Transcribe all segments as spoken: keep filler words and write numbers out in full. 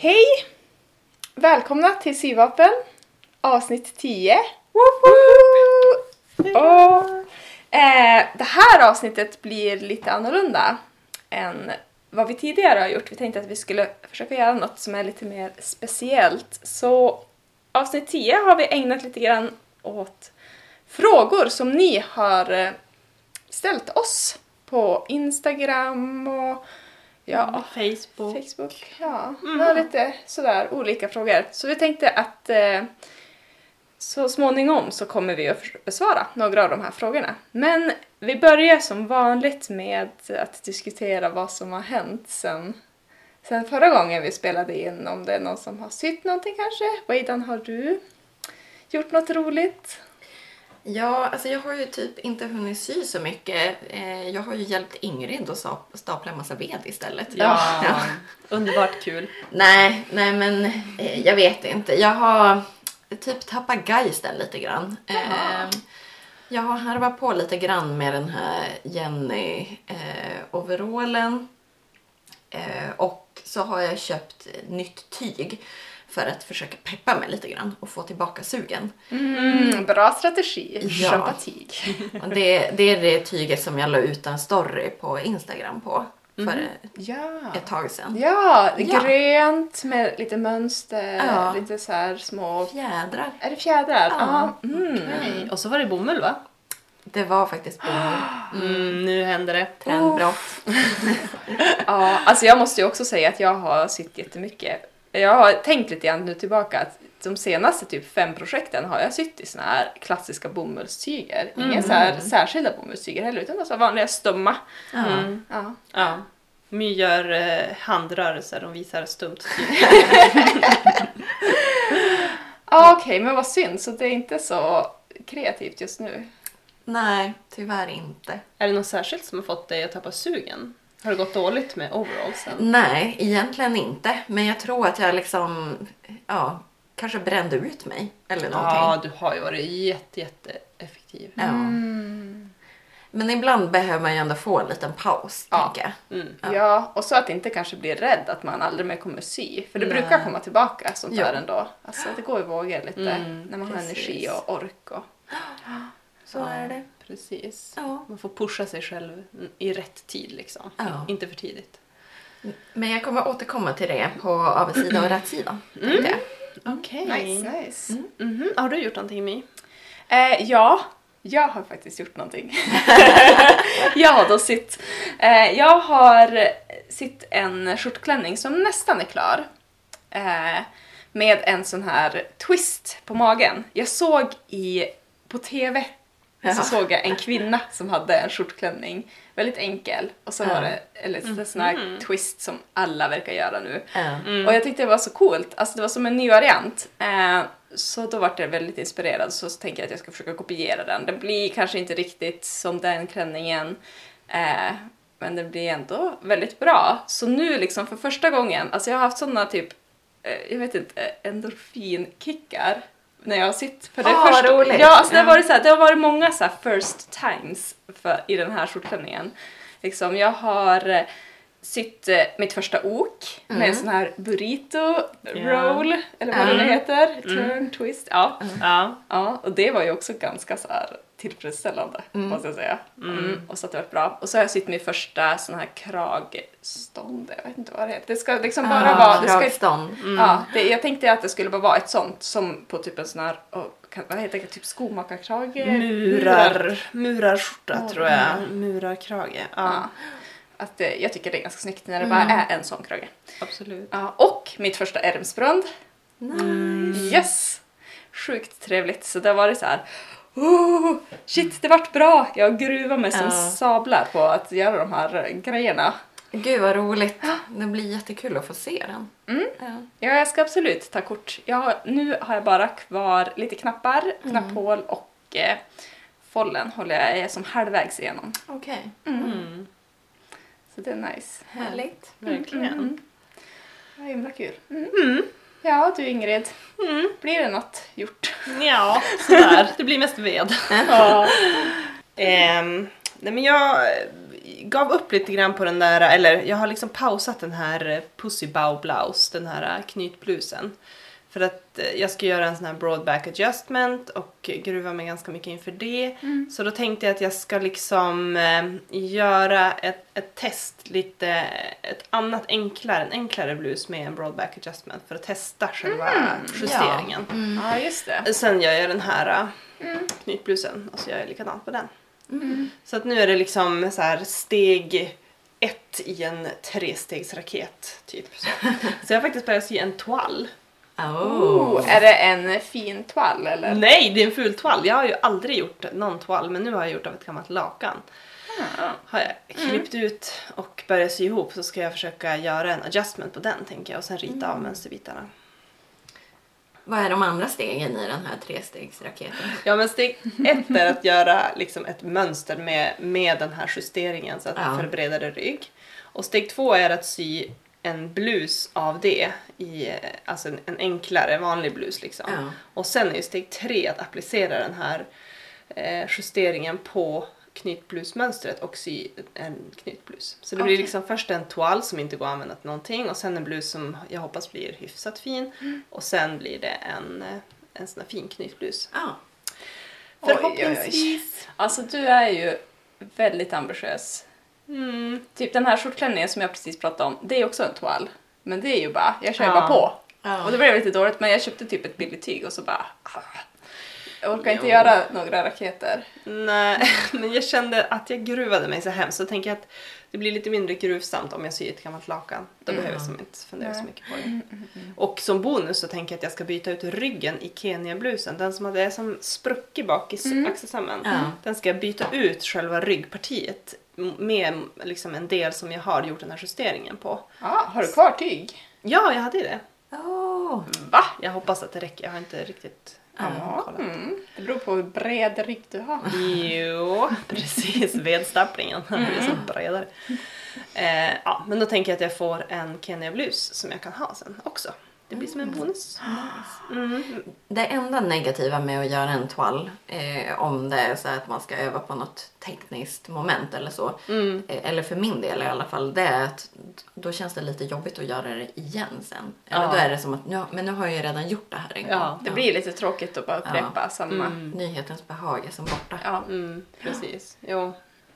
Hej! Välkomna till Syvapen, avsnitt tio. Och, eh, det här avsnittet blir lite annorlunda än vad vi tidigare har gjort. Vi tänkte att vi skulle försöka göra något som är lite mer speciellt. Så avsnitt tio har vi ägnat lite grann åt frågor som ni har ställt oss på Instagram och ja, Facebook. Facebook. Ja, mm. Det var lite sådär olika frågor. Så vi tänkte att eh, så småningom så kommer vi att besvara några av de här frågorna. Men vi börjar som vanligt med att diskutera vad som har hänt sen, sen förra gången vi spelade in. Om det är någon som har sytt någonting kanske. Weidan, har du gjort något roligt? Ja, alltså jag har ju typ inte hunnit sy så mycket. Jag har ju hjälpt Ingrid att stapla en massa ved istället. Ja, ja. Underbart kul. Nej, nej men jag vet inte. Jag har typ tappat geisten lite grann. Jaha. Jag har harvat på lite grann med den här Jenny eh, overallen. Eh, och så har jag köpt nytt tyg för att försöka peppa mig lite grann och få tillbaka sugen. Mm, bra strategi. Ja. Köpa tyg. det, det är det tyget som jag la ut en story på Instagram på för mm. ja. ett tag sedan. Ja, Ja. Grönt med lite mönster, Ja. lite så här små... Fjädrar. Är det fjädrar? Ja. Mm. Okay. Och så var det bomull, va? Det var faktiskt bomull. Mm, nu händer det. Trendbrott. Ja, alltså jag måste ju också säga att jag har sytt jättemycket. Jag har tänkt lite grann nu tillbaka att de senaste typ fem projekten har jag sytt i såna här klassiska bomullstyger. Inga Mm. så här särskilda bomullstyger heller, utan bara så vanliga stumma. Mm. Ja. Ja. My gör eh, handrörelser och visar stumt. Ja, okej, okay, men vad synd. Så det är inte så kreativt just nu. Nej, tyvärr inte. Är det något särskilt som har fått dig att tappa sugen? Har det gått dåligt med overallsen? Nej, egentligen inte. Men jag tror att jag liksom, ja, kanske brände ut mig. Eller någonting. Ja, du har ju varit jätte, jätte effektiv. Ja. Mm. Men ibland behöver man ju ändå få en liten paus, Ja. tänker jag. Mm. Ja. ja, och så att inte kanske blir rädd att man aldrig mer kommer sy. För det Nej. brukar komma tillbaka sånt Ja. där ändå. Alltså det går i vågor lite Mm, när man precis. har energi och ork. Och... Så Ja. är det. Precis. Ja. Man får pusha sig själv i rätt tid liksom. Ja. Inte för tidigt. Men jag kommer återkomma till det på avigsida och rätt sida. tänkte jag. Okej. Nice, nice. Mm. Mhm. Har du gjort någonting, My? Eh, ja, jag har faktiskt gjort någonting. jag har då sytt. Eh, jag har sytt en skjortklänning som nästan är klar. Eh, med en sån här twist på magen. Jag såg i på tv Jaha. så såg jag en kvinna som hade en skjortklänning. Väldigt enkel. Och så Ja. var det en liten sån här Mhm. twist som alla verkar göra nu. Ja. Mm. Och jag tyckte det var så coolt. Alltså det var som en ny variant. Eh, så då var jag väldigt inspirerad. Så, så tänker jag att jag ska försöka kopiera den. Den blir kanske inte riktigt som den klänningen. Eh, men den blir ändå väldigt bra. Så nu liksom för första gången. Alltså jag har haft sådana typ, eh, jag vet inte, endorfinkickar. När jag har sytt. För det Ah, första, roligt. ja, alltså det, har Ja. varit så här, det har varit många så här first times för, i den här skjortklänningen. Liksom, jag har eh, sytt eh, mitt första ok med Mm. en sån här burrito Ja. roll, eller vad Mm. det nu heter, turn, twist. Ja. Ja. Ja, och det var ju också ganska så här tillfredsställande, Mm. måste jag säga. Mm. Mm. Och så att det var bra. Och så har jag sytt min första sån här kragstånd, jag vet inte vad det heter. Det ska liksom bara vara... Det ska, Kragstånd. Mm. ja, det, jag tänkte att det skulle bara vara ett sånt som på typ en sån här, oh, kan, vad heter det, typ skomakarkrage? Murar, murarskjorta Ja, tror jag. mm. Murarkrage. Ja, Ja. Att det, jag tycker det är ganska snyggt när det Mm. bara är en sån krage. absolut. Ja, och mitt första ärmsbrand. Nice. Yes! Sjukt trevligt. Så det har varit så här. Oh, shit, det vart bra. Jag gruvar mig som Ja. sablar på att göra de här grejerna. Gud vad roligt. Det blir jättekul att få se den. Mm. Ja. Ja, jag ska absolut ta kort. Jag har, nu har jag bara kvar lite knappar, knapphål och eh, follen håller jag, jag är som halvvägs igenom. Okej. Mm. Så det är nice. Härligt. Verkligen. Mm. Ja, himla kul. Mm. Mm. Ja, du Ingrid. Mm. Blir det något gjort? Ja, sådär. Det blir mest ved. Ja. Ehm, nej men jag, gav upp lite grann på den där, eller jag har liksom pausat den här Pussy Bow Blouse, den här knytblusen. För att jag ska göra en sån här broad back adjustment och gruva mig ganska mycket inför det. Mm. Så då tänkte jag att jag ska liksom eh, göra ett, ett test, lite ett annat enklare, en enklare blus med en broad back adjustment för att testa själva mm. justeringen. Ja. Mm. Ja, just det. Sen gör jag den här mm. knytblusen och så gör jag likadant på den. Mm. Så att nu är det liksom så här steg ett i en trestegsraket typ. Så, så jag har faktiskt börjat sy en toal. Oh. Oh, är det en fin toal eller? Nej, det är en ful toal. Jag har ju aldrig gjort någon toal, men nu har jag gjort av ett gammalt lakan. Mm. Har jag klippt mm. ut och börjat sy ihop, så ska jag försöka göra en adjustment på den, tänker jag, och sen rita mm. av mönsterbitarna. Vad är de andra stegen i den här trestegsraketen? Ja, men steg ett är att göra liksom ett mönster med, med den här justeringen så att ja. för bredare rygg. Och steg två är att sy en blus av det, i, alltså en, en enklare vanlig blus liksom. Ja. Och sen är ju steg tre att applicera den här eh, justeringen på knytblusmönstret och sy en knytblus. Så det okay. blir liksom först en toal som inte går att använda till någonting, och sen en blus som jag hoppas blir hyfsat fin. Mm. Och sen blir det en, en sån här fin knytblus. Ja. Förhoppningsvis. Oj, oj, oj. Alltså du är ju väldigt ambitiös. Mm. Typ den här skjortklänningen som jag precis pratade om, det är också en toal. Men det är ju bara, jag kör ju ja. bara på. Ja. Och det blev lite dåligt, men jag köpte typ ett billigt tyg och så bara... Jag orkar inte göra några raketer. Nej, men jag kände att jag gruvade mig så hemskt. Så tänker jag att det blir lite mindre gruvsamt om jag syr ett gammalt lakan. Då mm. behöver jag som inte fundera Nej. så mycket på det. Mm, mm, mm. Och som bonus så tänker jag att jag ska byta ut ryggen i Kenya-blusen. Den som hade som spruckig bak i mm. axelsömmen. Mm. Den ska jag byta ut själva ryggpartiet med liksom en del som jag har gjort den här justeringen på. Ah, har du kvar tyg? Ja, jag hade det. Oh. Va? Jag hoppas att det räcker. Jag har inte riktigt... Ja, mm. Det beror på hur bred rygg du har. Jo, precis. Vedstaplingen mm. blir så bredare. Eh, ja, men då tänker jag att jag får en Kenya-blus som jag kan ha sen också. Det blir som en bonus. Mm. Det enda negativa med att göra en toal, eh, om det är så att man ska öva på något tekniskt moment eller så, mm. eh, eller för min del i alla fall, det är att då känns det lite jobbigt att göra det igen sen. Eller ja. då är det som att, nu, men nu har jag ju redan gjort det här en gång. Ja, det ja. blir lite tråkigt att bara upprepa ja. samma. Mm. Nyhetens behag är som borta. Ja, mm, precis. Jo.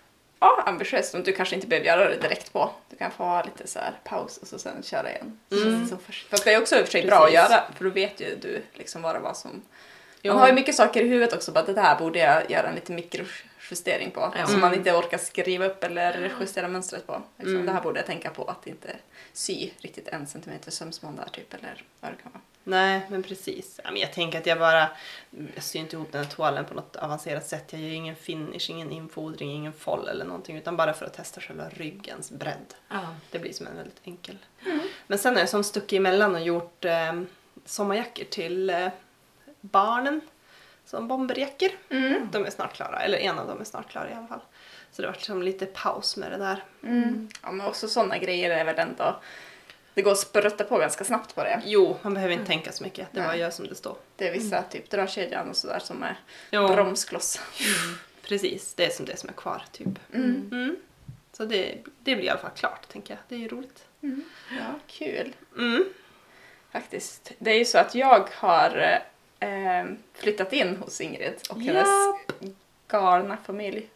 Ja, ambitiöst. Du kanske inte behöver göra det direkt på. Du kan få ha lite så här paus och så sen köra igen. Mm. Så först. Fast det är också i och för sig bra att göra. För då vet ju du liksom vad det var som... Jo. Man har ju mycket saker i huvudet också. Bara det här borde jag göra en liten mikrojustering på. Mm. Som man inte orkar skriva upp eller justera mönstret på. Liksom, mm. Det här borde jag tänka på. Att inte sy riktigt en centimeter sömsmån där typ. Eller vad det kan vara. Nej, men precis. Jag tänker att jag bara... Jag syr inte ihop den här toalen på något avancerat sätt. Jag gör ingen finish, ingen infodring, ingen foll eller någonting. Utan bara för att testa själva ryggens bredd. Ja. Det blir som en väldigt enkel. Mm. Men sen är jag som stuckit emellan och gjort eh, sommarjackor till eh, barnen. Som bomberjackor. Mm. De är snart klara. Eller en av dem är snart klara i alla fall. Så det var som lite paus med det där. Mm. Ja, men också sådana grejer är väl ändå... Det går att sprutta på ganska snabbt på det. Jo, man behöver inte mm. tänka så mycket. Det var gör som det står. Det är vissa mm. typ dragkedjan och sådär som är jo. bromskloss. Mm. Precis, det är som det som är kvar typ. Mm. Mm. Så det, det blir i alla fall klart, tänker jag. Det är ju roligt. Mm. Ja, kul. Mm. Faktiskt. Det är ju så att jag har eh, flyttat in hos Ingrid och yep. hennes galna familj.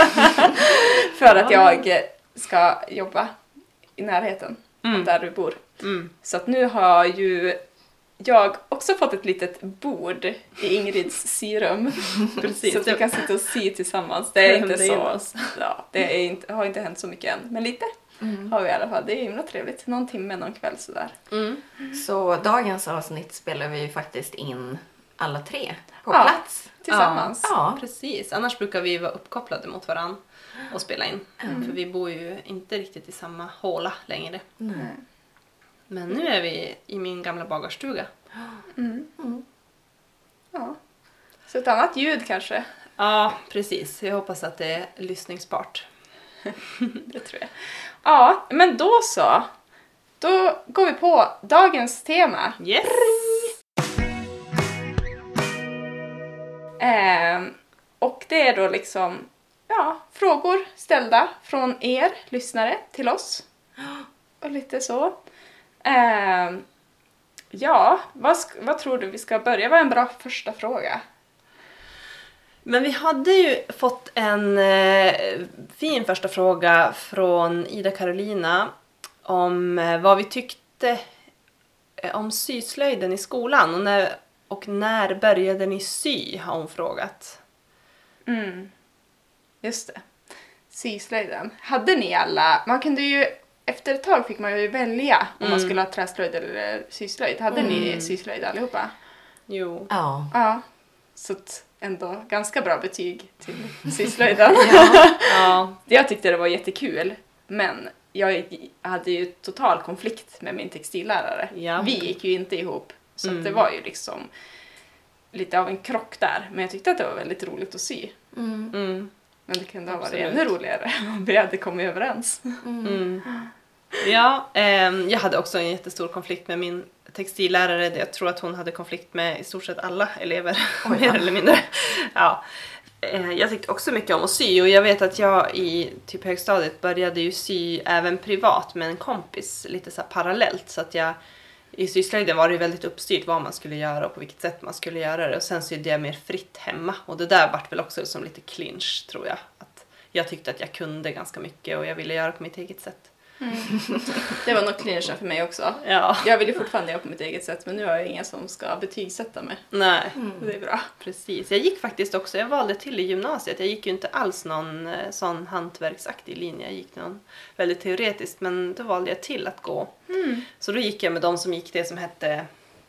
För att jag ska jobba i närheten. Mm. Där du bor. Mm. Så att nu har ju jag också fått ett litet bord i Ingrids syrum. Precis. Så att vi kan sitta och sy tillsammans. Det är inte så. Ja, det är inte, har inte hänt så mycket än. Men lite mm. har vi i alla fall. Det är himla trevligt. Någon timme, någon kväll sådär. Mm. Så dagens avsnitt spelar vi ju faktiskt in alla tre på ja, plats. Tillsammans. Ja, ja, precis. Annars brukar vi vara uppkopplade mot varann och spela in. Mm. För vi bor ju inte riktigt i samma håla längre. Mm. Men nu är vi i min gamla bagarstuga. Mm. Mm. Ja. Så ett annat ljud kanske? Ja, precis. Jag hoppas att det är lyssningsbart. Det tror jag. Ja, men då så. Då går vi på dagens tema. Yes! Eh, och det är då liksom... Ja, frågor ställda från er lyssnare till oss. Och lite så. Eh, ja, vad, sk- vad tror du vi ska börja? Vad är en bra första fråga? Men vi hade ju fått en eh, fin första fråga från Ida Carolina om eh, vad vi tyckte eh, om syslöjden i skolan. Och när, och när började ni sy, har hon frågat. Mm. Just det. Syslöjden. Hade ni alla... Man kunde ju... Efter ett tag fick man ju välja om man skulle ha träslöjd eller syslöjd. Hade Mm. ni syslöjd allihopa? Jo. Ja. Ja. Så att ändå ganska bra betyg till syslöjden. Ja. Jag tyckte det var jättekul. Men jag hade ju total konflikt med min textillärare. Ja. Vi gick ju inte ihop. Så Mm. att det var ju liksom lite av en krock där. Men jag tyckte att det var väldigt roligt att sy. Mm. Mm. Men det kunde ha varit Absolut. ännu roligare om vi hade kommit överens. Mm. Ja, ehm, jag hade också en jättestor konflikt med min textillärare. Det jag tror att hon hade konflikt med i stort sett alla elever, Oj, mer ja. eller mindre. Ja. Eh, Jag tyckte också mycket om att sy, och jag vet att jag i typ högstadiet började ju sy även privat med en kompis, lite så här parallellt. Så att jag, i syslöjden var det ju väldigt uppstyrt vad man skulle göra och på vilket sätt man skulle göra det. Och sen sydde jag mer fritt hemma, och det där vart väl också som lite clinch, tror jag. Att jag tyckte att jag kunde ganska mycket och jag ville göra på mitt eget sätt. Det var nog clinchen för mig också. Ja, Jag vill ju fortfarande göra på mitt eget sätt, men nu har jag ingen som ska betygsätta mig. nej. Det är bra. Precis. Jag gick faktiskt också, jag valde till i gymnasiet. Jag gick ju inte alls någon eh, sån hantverksaktig linje. Jag gick någon väldigt teoretiskt, men då valde jag till att gå. Så då gick jag med de som gick det som hette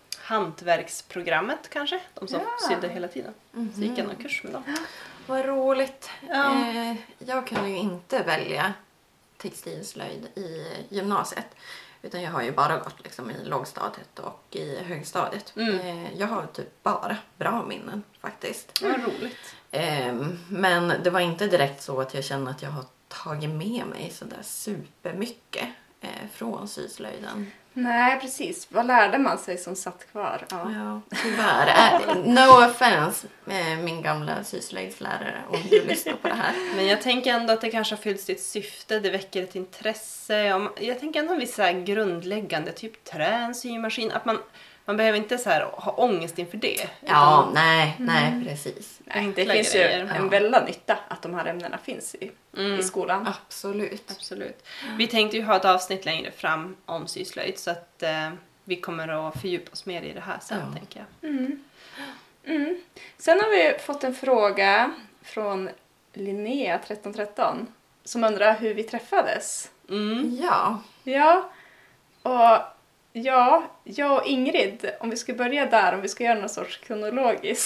hantverksprogrammet kanske. De som Ja. sydde hela tiden. Så gick jag någon kurs med dem. Vad roligt. Ja. Eh, jag kunde ju inte välja textilslöjd i gymnasiet. Utan jag har ju bara gått liksom i lågstadiet och i högstadiet. Mm. Eh, jag har typ bara bra minnen faktiskt. Vad roligt. Eh, men det var inte direkt så att jag känner att jag har tagit med mig sådär supermycket eh, från syslöjden. Nej, precis. Vad lärde man sig som satt kvar? Ja. Ja, tyvärr. Äh, no offense, eh, min gamla syslöjdslärare, om du lyssnar på det här. Men jag tänker ändå att det kanske har fyllt sitt syfte. Det väcker ett intresse. Om- Jag tänker ändå vissa grundläggande, typ trä, en symaskin. Att man, man behöver inte så här ha ångest inför det. Ja, nej, nej, precis. Nej, det Enkla finns ju grejer. en Ja. väldig nytta att de här ämnena finns i, Mm. i skolan. Absolut. Absolut. Vi tänkte ju ha ett avsnitt längre fram om syslöjd, så att eh, vi kommer att fördjupa oss mer i det här sen, Ja. tänker jag. Mm. Mm. Sen har vi fått en fråga från Linnea tretton tretton som undrar hur vi träffades. Mm. Ja, Ja, och ja, jag och Ingrid, om vi ska börja där, om vi ska göra någon sorts kronologisk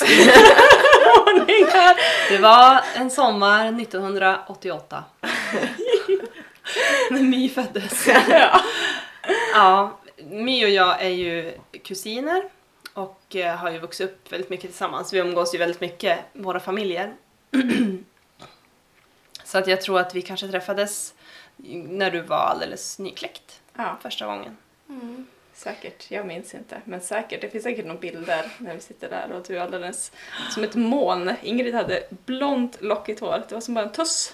ordning här. Det var en sommar nittonhundraåttioåtta. När My föddes. Ja. Ja, My och jag är ju kusiner och eh, har ju vuxit upp väldigt mycket tillsammans. Vi umgås ju väldigt mycket, våra familjer. Så att jag tror att vi kanske träffades när du var alldeles nykläckt Ja, första gången. säkert. Jag minns inte, men säkert. Det finns säkert några bilder när vi sitter där och du är alldeles som ett moln. Ingrid hade blont lockigt hår. Det var som bara en tuss.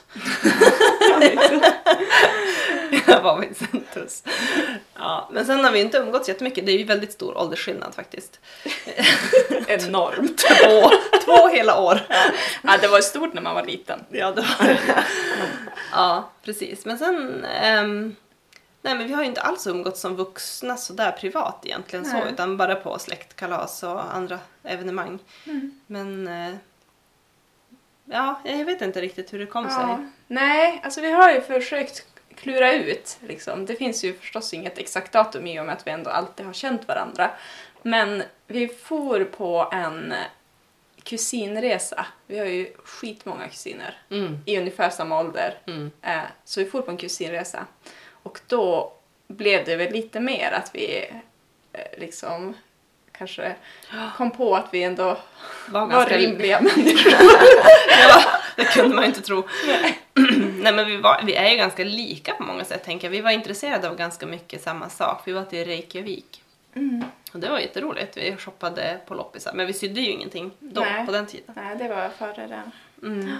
Jag var Vincentus. Ja, men sen har vi inte umgåtts jättemycket. Det är ju väldigt stor åldersskillnad faktiskt. Enormt. Två, två hela år. Ja, det var stort när man var liten. Ja, det var det. Ja, precis. Men sen... ehm, nej, men vi har ju inte alls umgåtts som vuxna så där privat egentligen så. Nej. Utan bara på släktkalas och andra evenemang. Mm. Men... eh, ja, jag vet inte riktigt hur det kom Ja. sig. Nej, alltså vi har ju försökt klura ut. Liksom. Det finns ju förstås inget exakt datum i och med att vi ändå alltid har känt varandra. Men vi for på en kusinresa. Vi har ju skitmånga kusiner Mm. i ungefär samma ålder. Mm. Eh, Så vi for på en kusinresa. Och då blev det väl lite mer att vi eh, liksom kanske kom på att vi ändå Var var ganska rimliga människor. Ja, det kunde man ju inte tro. Nej, men vi, var, vi är ju ganska lika på många sätt, tänker jag. Vi var intresserade av ganska mycket samma sak. Vi var till Reykjavik. Mm. Och det var jätteroligt. Vi shoppade på loppisar. Men vi sydde ju ingenting då, Nej. på den tiden. Nej, det var före den. Mm.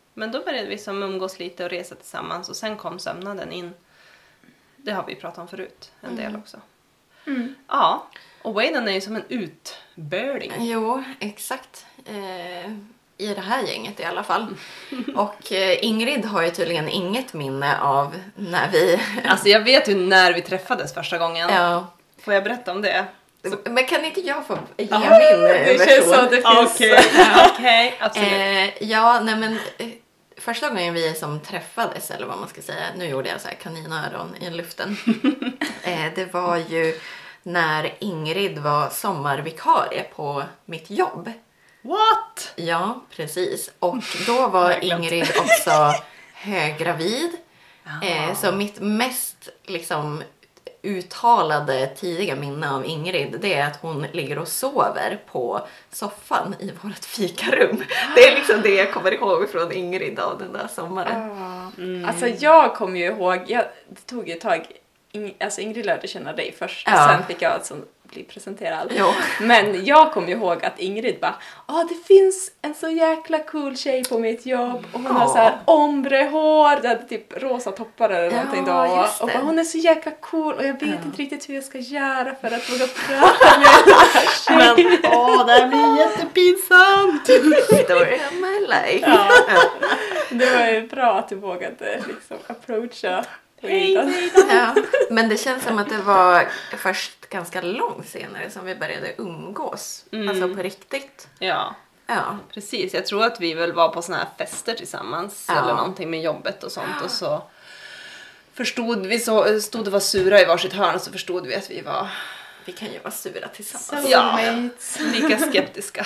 Men då började vi som umgås lite och resa tillsammans och sen kom sömnaden in. Det har vi pratat om förut en del också. Mm. Ja, och Wayden är ju som en utböling. Jo, exakt. Eh, I det här gänget i alla fall. Och eh, Ingrid har ju tydligen inget minne av när vi... Alltså jag vet ju när vi träffades första gången. ja. Får jag berätta om det? Så... Men kan inte jag få ge Ah, min eh, Det version? känns som det finns... Okej, okay, absolut. Eh, ja, nej men... Eh, första gången vi som träffades, eller vad man ska säga, nu gjorde jag så här kaninöron i luften. eh, det var ju när Ingrid var sommarvikarie på mitt jobb. What? Ja, precis. Och då var Ingrid också höggravid. Eh, så mitt mest liksom uttalade tidiga minne av Ingrid, det är att hon ligger och sover på soffan i vårt fikarum. Det är liksom det jag kommer ihåg från Ingrid av den där sommaren. Ah. Mm. Alltså jag kommer ju ihåg, jag, det tog ju ett tag, Ing, alltså Ingrid lärde känna dig först, Ja. sen fick jag alltså bli presenterad. Jo. Men jag kommer ju ihåg att Ingrid bara, ja det finns en så jäkla cool tjej på mitt jobb och hon Ja. har så här ombrehår, det hade typ rosa toppar eller Ja, någonting då. just Och det. bara, hon är så jäkla cool och jag vet Ja. inte riktigt hur jag ska göra för att våga prata med den här Men tjejen. åh, det här blir jättepinsamt. Story of my life. Ja. Det var ju bra att du vågade liksom approacha. Hej, Ja, men det känns som att det var först ganska långt senare som vi började umgås. Mm. Alltså på riktigt. Ja, Ja. precis. Jag tror att vi väl var på såna här fester tillsammans Ja. eller någonting med jobbet och sånt och så förstod vi så stod och var sura i varsitt hörn och så förstod vi att vi var Vi kan ju vara sura tillsammans. Ja. Soulmates. lika skeptiska.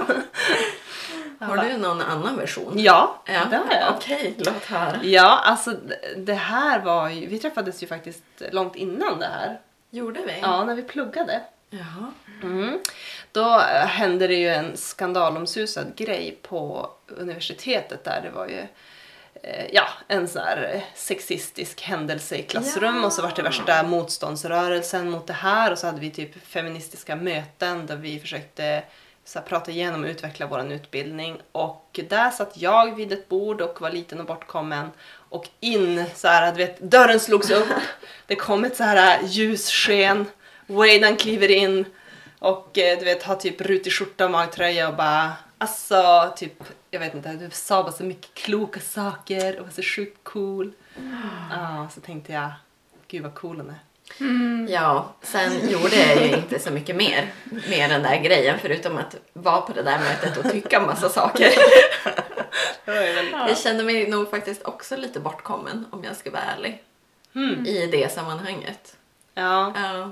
Har du någon annan version? Ja, Ja. det har jag. Okej, låt höra. Ja, alltså d- det här var ju, vi träffades ju faktiskt långt innan det här. Gjorde vi? Ja, när vi pluggade. Jaha. Mm. Då eh, hände det ju en skandalomsusad grej på universitetet där det var ju eh, ja, en sån här eh, sexistisk händelse i klassrum Ja. och så var det värsta motståndsrörelsen mot det här och så hade vi typ feministiska möten där vi försökte så här, prata igenom och utveckla vår utbildning och där satt jag vid ett bord och var liten och bortkommen och in så här, du vet, dörren slogs upp, det kom ett så här ljussken, Wayden kliver in och eh, du vet har typ rutig skjorta och magtröja och bara alltså typ jag vet inte, du sa bara så mycket kloka saker och var så sjukt cool. Ja, så tänkte jag gud vad cool hon är. Ja, sen gjorde jag ju inte så mycket mer med den där grejen förutom att vara på det där mötet och tycka massa saker. Det var ju väl, Jag kände mig nog faktiskt också lite bortkommen om jag ska vara ärlig. mm. I det sammanhanget. Ja, Ja,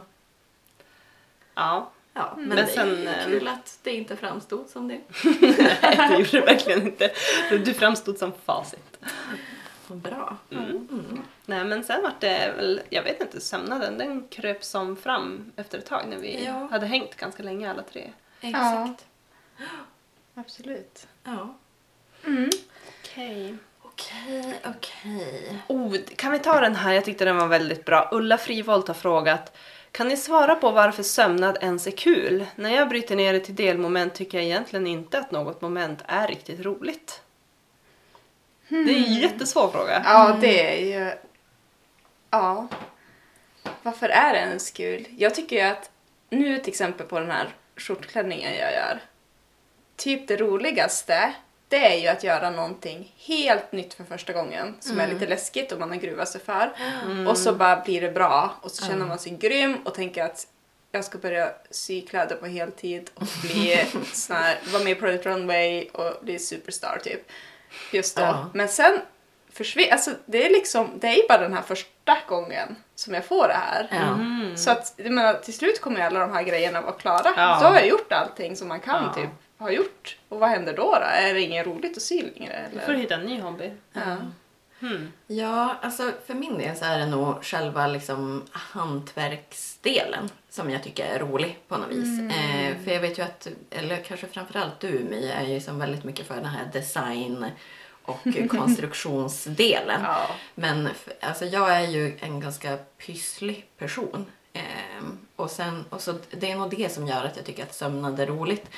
ja. ja men, Men det sen, är eh, kul att det inte framstod som det. Nej, det gjorde det verkligen inte. Du framstod som facit. Bra. Mm. Mm. Nej, men sen var det väl, jag vet inte, sömnaden den kröp som fram efter ett tag när vi Ja. hade hängt ganska länge alla tre. Exakt. Absolut. Ja. Mm. Okej. Okej, okej. Oh, kan vi ta den här? Jag tyckte den var väldigt bra. Ulla Frivolt har frågat: kan ni svara på varför sömnad ens är kul? När jag bryter ner det till delmoment tycker jag egentligen inte att något moment är riktigt roligt. Det är en jättesvår fråga. Ja, det är ju... Ja. Varför är det ens kul? Jag tycker ju att nu till exempel på den här skjortklänningen jag gör. Typ det roligaste, det är ju att göra någonting helt nytt för första gången. Som är lite läskigt och man har gruvat sig för. Och så bara blir det bra. Och så känner man sig grym och tänker att jag ska börja sy kläder på heltid och bli sån här, vara med på Project Runway och bli superstar typ. Just då. Ja. Men sen försvinner, alltså det är liksom, det är ju bara den här första gången som jag får det här. Ja. Mm. Så att, jag menar, till slut kommer alla de här grejerna vara klara. Ja. Så har jag gjort allting som man kan Ja. typ ha gjort. Och vad händer då då? Är det inget roligt att sy längre? Du Eller? får hitta en ny hobby. Ja. Hmm. Ja, alltså för min del så är det nog själva liksom hantverksdelen som jag tycker är rolig på något vis. Eh, för jag vet ju att, eller kanske framförallt du My, är ju som väldigt mycket för den här design och konstruktionsdelen. Ja. Men f- alltså jag är ju en ganska pysslig person. Ehm, och, sen, och så det är nog det som gör att jag tycker att sömnad är roligt.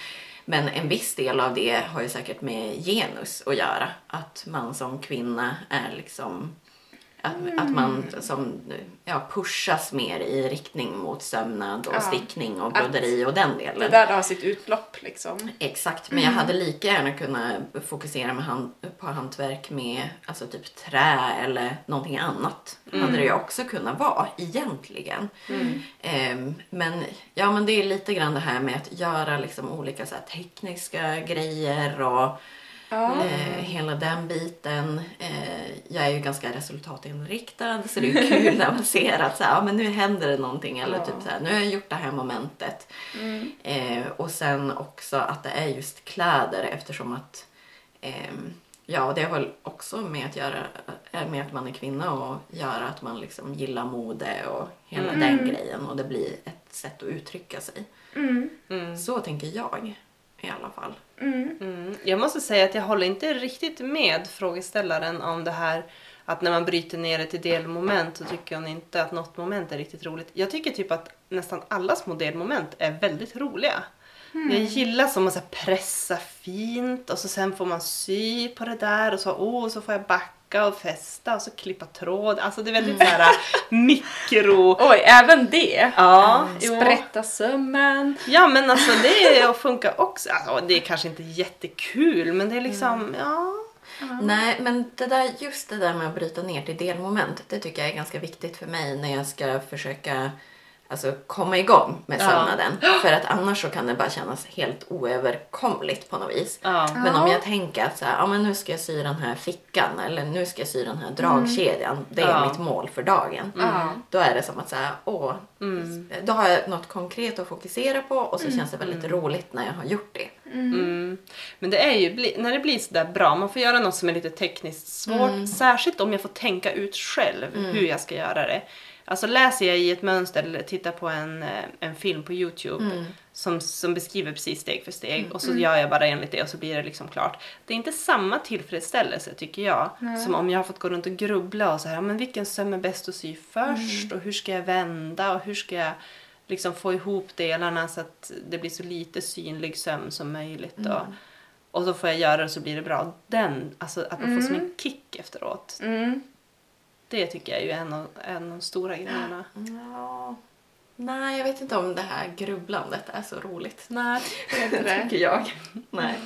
Men en viss del av det har ju säkert med genus att göra. Att man som kvinna är liksom... Att, mm. att man som, ja, pushas mer i riktning mot sömnad och ja. stickning och broderi att och den delen. Det där har sitt utlopp liksom. Exakt, men mm. jag hade lika gärna kunnat fokusera med hand, på hantverk med alltså typ trä eller någonting annat. Mm. Hade det ju också kunnat vara egentligen. Mm. Um, men, ja, men det är lite grann det här med att göra liksom olika så här, tekniska grejer och Mm. Eh, hela den biten. Eh, jag är ju ganska resultatinriktad, så det är kul när man ser att så här, ja, men nu händer det någonting eller ja. typ så här, nu har jag gjort det här momentet. Mm. Eh, och sen också att det är just kläder, eftersom att eh, ja, det har väl också med att göra med att man är kvinna och göra att man liksom gillar mode och hela mm. den grejen, och det blir ett sätt att uttrycka sig. Mm. Mm. Så tänker jag i alla fall. Mm. Mm. Jag måste säga att jag håller inte riktigt med frågeställaren om det här att när man bryter ner det till delmoment så tycker hon inte att något moment är riktigt roligt. Jag tycker typ att nästan alla små delmoment är väldigt roliga. Mm. Jag gillar som att pressa fint och så sen får man sy på det där och så, oh, så får jag backa och fästa och så klippa tråd. Alltså det är väldigt mm. så här mikro. Oj, även det? Ja. Mm. Sprätta sömmen. Ja, men alltså det funkar också. Alltså, det är kanske inte jättekul, men det är liksom, mm. ja. Mm. Nej, men det där, just det där med att bryta ner till delmoment, det tycker jag är ganska viktigt för mig när jag ska försöka alltså komma igång med sömnaden. Ja. För att annars så kan det bara kännas helt oöverkomligt på något vis. Ja. Men om jag tänker att så här, ja, men nu ska jag sy den här fickan eller nu ska jag sy den här dragkedjan. Mm. Det är ja. mitt mål för dagen. Mm. Då är det som att så här, åh, mm. då har jag något konkret att fokusera på och så mm. känns det väldigt mm. roligt när jag har gjort det. Mm. Mm. Men det är ju, när det blir så där bra, man får göra något som är lite tekniskt svårt. Mm. Särskilt om jag får tänka ut själv mm. hur jag ska göra det. Alltså läser jag i ett mönster eller tittar på en, en film på YouTube mm. som, som beskriver precis steg för steg mm. och så gör jag bara enligt det och så blir det liksom klart. Det är inte samma tillfredsställelse tycker jag mm. som om jag har fått gå runt och grubbla och så här, men vilken söm är bäst att sy först mm. och hur ska jag vända och hur ska jag liksom få ihop delarna så att det blir så lite synlig söm som möjligt mm. och, och så får jag göra det så blir det bra. Den, alltså att man mm. får som en kick efteråt. Mm. Det tycker jag är ju en av, en av de stora grejerna. Ja. Nej, jag vet inte om det här grubblandet är så roligt. Nej, det det tycker jag. Nej.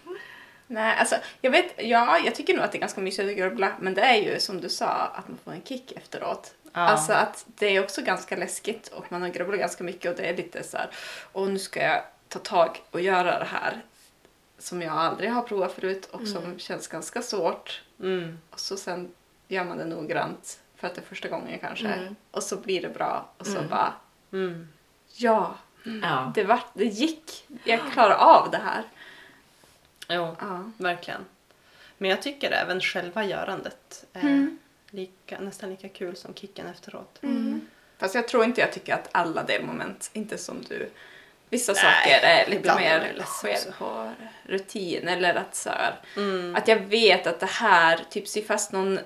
Nej, alltså jag vet, ja, jag tycker nog att det är ganska mysigt att grubbla, men det är ju som du sa att man får en kick efteråt. Ja. Alltså att det är också ganska läskigt och man har grubblat ganska mycket och det är lite så här, och nu ska jag ta tag och göra det här som jag aldrig har provat förut och som mm. känns ganska svårt. Mm. Och så sen gör man det noggrant för att det är första gången kanske. Mm. Och så blir det bra. Och så mm. bara, mm. ja, mm. Det, var, det gick. Jag klarar av det här. Jo, ja. Verkligen. Men jag tycker även själva görandet är mm. lika, nästan lika kul som kicken efteråt. Mm. Fast jag tror inte jag tycker att alla delmoment, inte som du. Vissa Nej, saker är lite mer sker på rutin. Eller att så här, mm. att jag vet att det här typ ser fast någon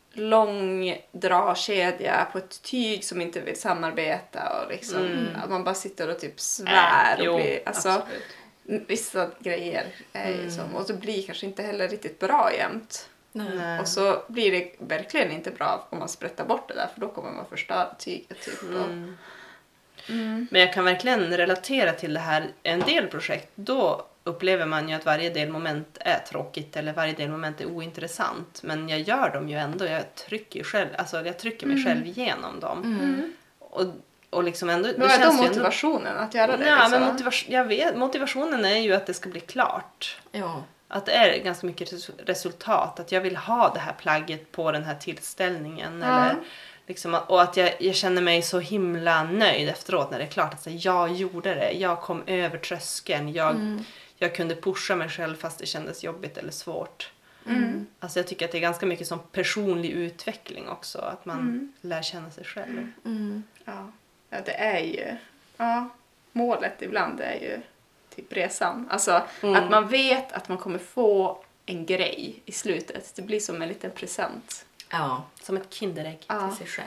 lång dragkedja på ett tyg som inte vill samarbeta och liksom mm. att man bara sitter och typ svär äh, och blir, alltså absolut. Vissa grejer är mm. som, och så blir kanske inte heller riktigt bra jämt. Nej. Och så blir det verkligen inte bra om man sprättar bort det där för då kommer man förstöra tyget typ. Mm. Mm. Men jag kan verkligen relatera till det här, en del projekt då upplever man ju att varje delmoment är tråkigt eller varje delmoment är ointressant. Men jag gör dem ju ändå. Jag trycker, själv, alltså jag trycker mig mm. själv igenom dem. Mm. Och, och liksom ändå... Vad är då motivationen ändå, att göra det? Ja, liksom? men motivation, jag vet, motivationen är ju att det ska bli klart. Ja. Att det är ganska mycket resultat. Att jag vill ha det här plagget på den här tillställningen. Ja. Eller... Liksom, och att jag, jag känner mig så himla nöjd efteråt när det är klart att så, jag gjorde det. Jag kom över tröskeln. Jag, mm. jag kunde pusha mig själv fast det kändes jobbigt eller svårt. Mm. Alltså jag tycker att det är ganska mycket som personlig utveckling också. Att man mm. lär känna sig själv. Mm. Ja. Ja, det är ju... Ja, målet ibland är ju typ resan. Alltså mm. att man vet att man kommer få en grej i slutet. Det blir som en liten present. Ja, som ett kinderägg ja. till sig själv.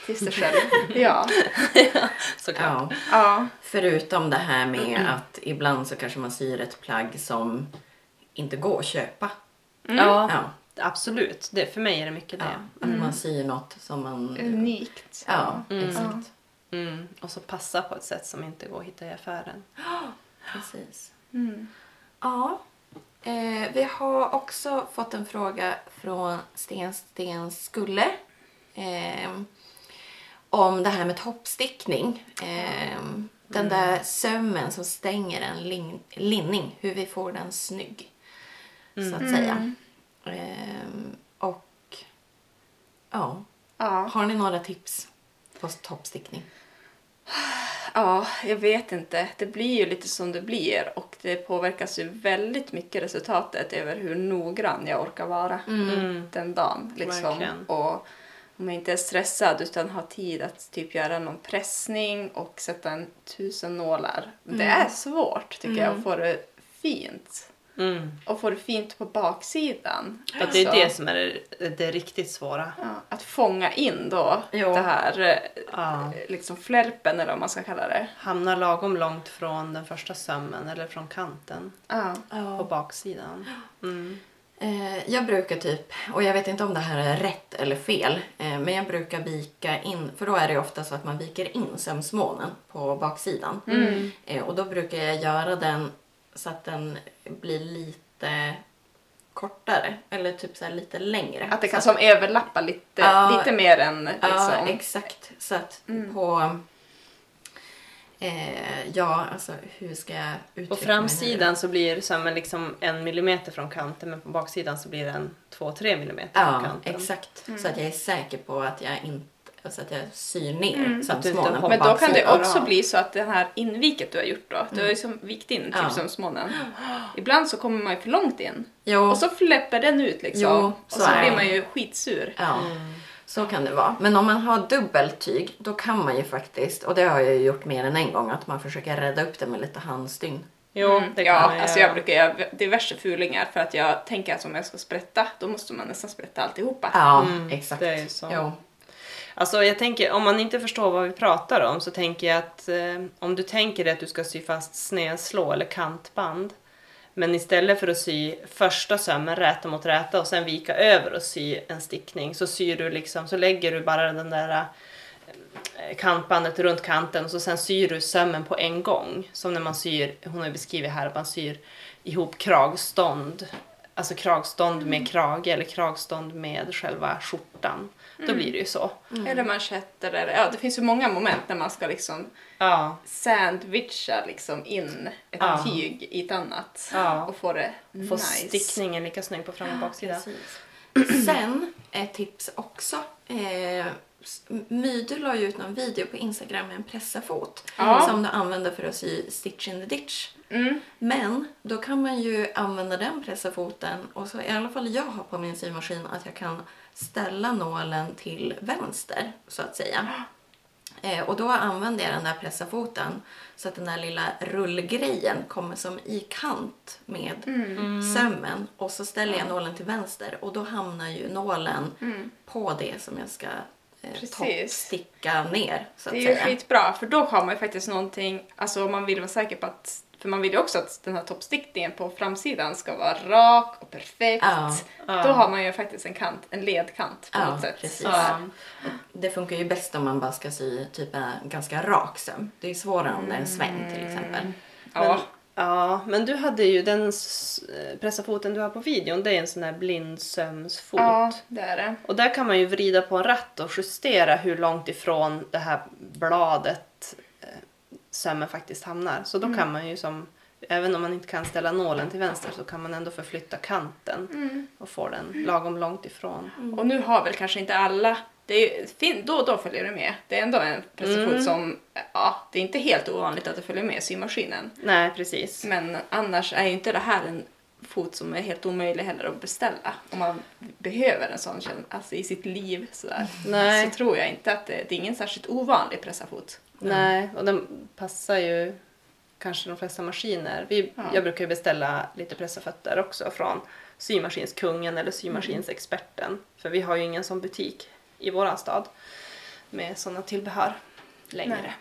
tills det själv. Ja. Såklart. Ja. Ja. Förutom det här med att ibland så kanske man syr ett plagg som inte går att köpa. Ja, Ja. absolut. Det, för mig är det mycket det. Ja, att man syr något som man... Unikt. Ja, Mm. exakt. Mm. Och så passa på ett sätt som inte går att hitta i affären. Precis. Mm. Ja. Eh, vi har också fått en fråga från Sten Sten Skulle. Eh, om det här med toppstickning. Eh, den där sömmen som stänger en lin- linning. Hur vi får den snygg. Så att säga. Eh, och ja. Ja. Har ni några tips på toppstickning? Ja, jag vet inte. Det blir ju lite som det blir och det påverkas ju väldigt mycket resultatet över hur noggrann jag orkar vara Mm. den dagen. Liksom. Verkligen. Och om jag inte är stressad utan har tid att typ göra någon pressning och sätta en tusen nålar. Det är svårt tycker jag att få det fint. Mm. Och få det fint på baksidan. Att det är Alltså, det som är det, det riktigt svåra. ja, att fånga in då Jo. det här eh, Ja. liksom flärpen eller vad man ska kalla det. Hamnar lagom långt från den första sömmen eller från kanten Ja. på baksidan. Mm. Eh, jag brukar typ, och jag vet inte om det här är rätt eller fel, eh, men jag brukar vika in, för då är det ofta så att man viker in sömsmånen på baksidan. Eh, och då brukar jag göra den så att den blir lite kortare, eller typ så här lite längre. Att det kan så som överlappa lite, Ja. lite mer än liksom. Ja, exakt. Så att på... Eh, ja, alltså hur ska jag uttrycka På mig framsidan nu? så blir sömmen liksom en millimeter från kanten, men på baksidan så blir den två, tre millimeter från Ja, kanten. exakt. Så att jag är säker på att jag inte, alltså att jag syr ner att du inte sömsmånen på hoppar. Men då kan det baksidan. också bli så att det här inviket du har gjort då, du har ju som vikt in typ Ja. som smånen. Ibland så kommer man ju för långt in. Jo, Och så fläpper den ut liksom. Jo, och så så är blir det. man ju skitsur. ja. Så kan det vara. Men om man har dubbeltyg, då kan man ju faktiskt, och det har jag ju gjort mer än en gång, att man försöker rädda upp det med lite handstygn. Jo, Mm. det kan Ja, man alltså göra. jag brukar göra diverse fulingar för att jag tänker att om jag ska sprätta, då måste man nästan sprätta alltihopa. Ja, Mm, exakt. det är ju så. Jo. Alltså jag tänker, om man inte förstår vad vi pratar om så tänker jag att eh, om du tänker dig att du ska sy fast snedslå eller kantband, men istället för att sy första sömmen räta mot räta och sen vika över och sy en stickning, så syr du liksom, så lägger du bara den där eh, kantbandet runt kanten och så sen syr du sömmen på en gång. Som när man syr, hon har ju beskrivit här att man syr ihop kragstånd, alltså kragstånd med krage eller kragstånd med själva skjortan. Då blir det ju så. Eller manschetter eller ja, det finns ju många moment när man ska liksom Ja. sandwicha liksom in ett Ja. tyg i ett annat Ja. och få det Få nice. stickningen lika snygg på fram och baksida. Precis. Sen ett tips också. Eh, My, du la ju ut någon video på Instagram med en pressafot Ja. som du använder för att sy Stitch in the Ditch. Mm. Men då kan man ju använda den pressafoten, och så i alla fall jag har på min symaskin att jag kan ställa nålen till vänster så att säga. Eh, och då använder jag den där pressafoten så att den där lilla rullgrejen kommer som i kant med sömmen, och så ställer jag nålen till vänster och då hamnar ju nålen på det som jag ska eh, Precis. toppsticka ner så att Det är ju säga. skitbra för då har man ju faktiskt någonting, alltså om man vill vara säker på att, för man vill ju också att den här toppstickningen på framsidan ska vara rak och perfekt. Ja. Då har man ju faktiskt en kant, en ledkant på Ja, något sätt. precis. Ja. Det funkar ju bäst om man bara ska sy typ en ganska rak söm. Det är svårare om det är en sväng till exempel. Ja. Ja, men du hade ju den s- pressafoten du har på videon, det är en sån här blindsömsfot. Ja, det är det. Och där kan man ju vrida på en ratt och justera hur långt ifrån det här bladet eh, sömmen faktiskt hamnar. Så då kan man ju som, även om man inte kan ställa nålen till vänster, så kan man ändå förflytta kanten och få den lagom långt ifrån. Och nu har väl kanske inte alla, det är, fin, då och då följer det med. Det är ändå en pressafot Mm. som, ja, det är inte helt ovanligt att det följer med symaskinen. Nej, precis. Men annars är ju inte det här en fot som är helt omöjlig heller att beställa. Om man behöver en sån känn- alltså i sitt liv sådär. Nej. Så tror jag inte att det, det är ingen särskilt ovanlig pressafot. Nej, och den passar ju kanske de flesta maskiner. Vi, Ja. Jag brukar ju beställa lite pressafötter också från symaskinskungen eller symaskinsexperten. För vi har ju ingen sån butik i våran stad. med sådana tillbehör längre. Nej.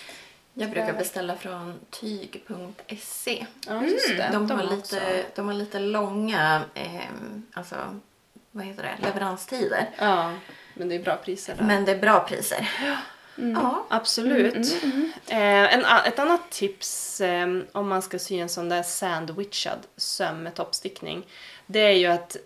Jag brukar beställa från tyg punkt se. Ja, just det. De, De har också. lite, de har lite långa eh, alltså, vad heter det? leveranstider. Ja, men det är bra priser där. Men det är bra priser. Mm. Ja. Absolut. Mm, mm, Eh, en, a- ett annat tips eh, om man ska sy en sån där sandwichad söm med toppstickning, det är ju att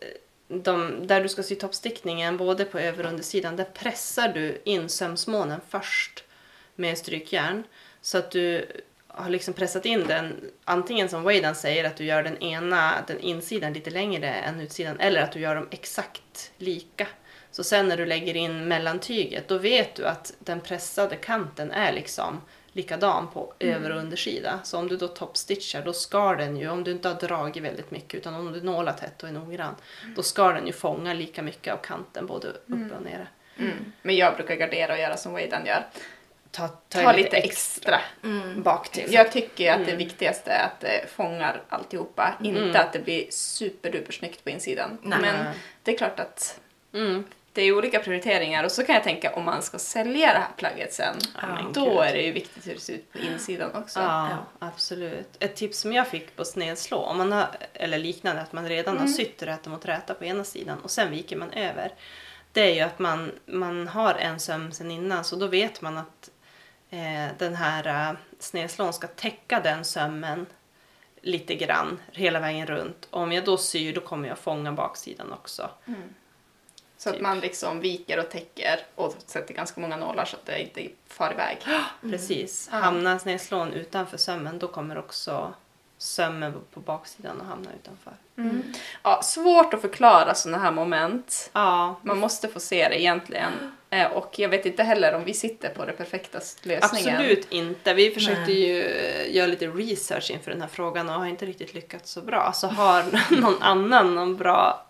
de, där du ska sy toppstickningen både på över- och undersidan, där pressar du in sömsmånen först med strykjärn, så att du har liksom pressat in den, antingen som Weidan säger att du gör den ena, den insidan lite längre än utsidan, eller att du gör dem exakt lika. Så sen när du lägger in mellantyget, då vet du att den pressade kanten är liksom likadan på mm. över- och undersida. Så om du då toppstitchar, då skar den ju, om du inte har dragit väldigt mycket utan om du nålar tätt och är noggrann, mm. då skar den ju fånga lika mycket av kanten både uppe Mm. och nere. Mm. Men jag brukar gardera och göra som Weidan gör. Ta, Ta, ta lite extra, Mm. bak till. Jag tycker att Mm. det viktigaste är att det fångar alltihopa. Mm. Inte att det blir superduper snyggt på insidan. Nej. Men det är klart att Mm. det är olika prioriteringar. Och så kan jag tänka om man ska sälja det här plagget sen. Ja, men då gud. är det ju viktigt hur det ser ut på insidan också. Ja, Ja. absolut. Ett tips som jag fick på snedslå, om man har, eller liknande, att man redan Mm. har sytt räta mot räta på ena sidan och sen viker man över. Det är ju att man, man har en söm sen innan, så då vet man att eh, den här eh, snedslån ska täcka den sömmen lite grann hela vägen runt. Och om jag då syr, då kommer jag fånga baksidan också. Mm. Så att Typ. man liksom viker och täcker och sätter ganska många nålar så att det inte far iväg. Precis. Ja. Hamnar snedslån utanför sömmen, då kommer också sömmen på baksidan och hamna utanför. Mm. Ja, svårt att förklara sådana här moment. Ja, Man måste få se det egentligen. Eh, Och jag vet inte heller om vi sitter på den perfekta lösningen. absolut inte. Vi försökte Nej. ju göra lite research inför den här frågan och har inte riktigt lyckats så bra. Så har någon annan någon bra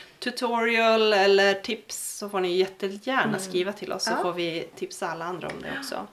tutorial eller tips, så får ni jättegärna skriva till oss, så Ja. får vi tipsa alla andra om det också.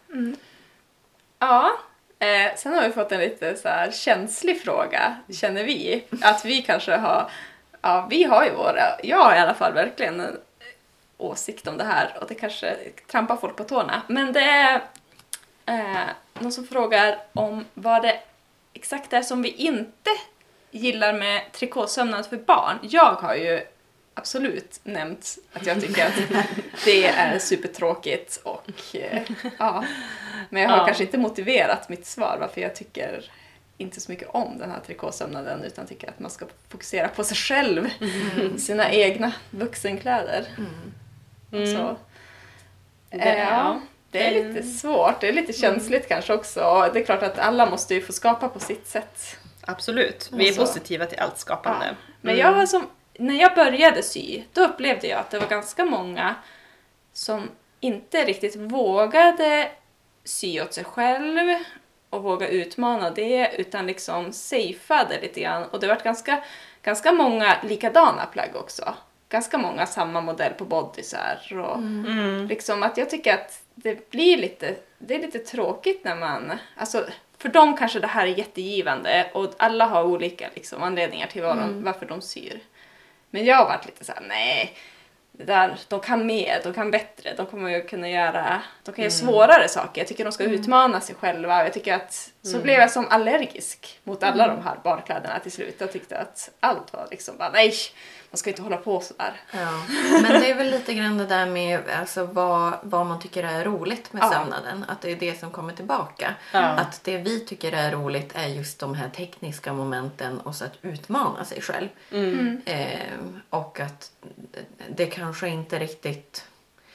Ja, eh, sen har vi fått en lite så här känslig fråga, känner vi. Att vi kanske har, ja vi har ju våra, jag har i alla fall verkligen en åsikt om det här och det kanske trampar folk på tårna. Men det är eh, någon som frågar om vad det exakt är som vi inte gillar med trikåsömnad för barn. Jag har ju absolut nämnt att jag tycker att det är supertråkigt och eh, ja, men jag har Ja. kanske inte motiverat mitt svar varför jag tycker inte så mycket om den här trikåsömnaden utan tycker att man ska fokusera på sig själv, sina egna vuxenkläder. Mm. Så, Det- eh, ja, ja. det är lite svårt, det är lite känsligt kanske också. Det är klart att alla måste ju få skapa på sitt sätt. Absolut. Vi är Alltså. positiva till allt skapande. Ja. Men jag var som, när jag började sy, då upplevde jag att det var ganska många som inte riktigt vågade sy åt sig själv och våga utmana det, utan liksom safeade lite grann. Och det var ganska, ganska många likadana plagg också. Ganska många samma modell på bodysar. Och Mm. liksom att jag tycker att det blir lite, det är lite tråkigt när man, alltså för dem kanske det här är jättegivande och alla har olika liksom, anledningar till vad de, varför de syr. Men jag har varit lite så här: nej, det där, de kan mer, de kan bättre, de kommer ju kunna göra, de kan göra svårare saker. Jag tycker de ska utmana sig själva. Jag tycker att, så blev jag som allergisk mot alla de här barnkläderna till slut. Jag tyckte att allt var liksom bara, nej, man ska inte hålla på så där. Ja, men det är väl lite grann det där med alltså, vad, vad man tycker är roligt med Ja. sömnaden. Att det är det som kommer tillbaka. Ja. Att det vi tycker är roligt är just de här tekniska momenten och så att utmana sig själv. Mm. Eh, och att det kanske inte riktigt...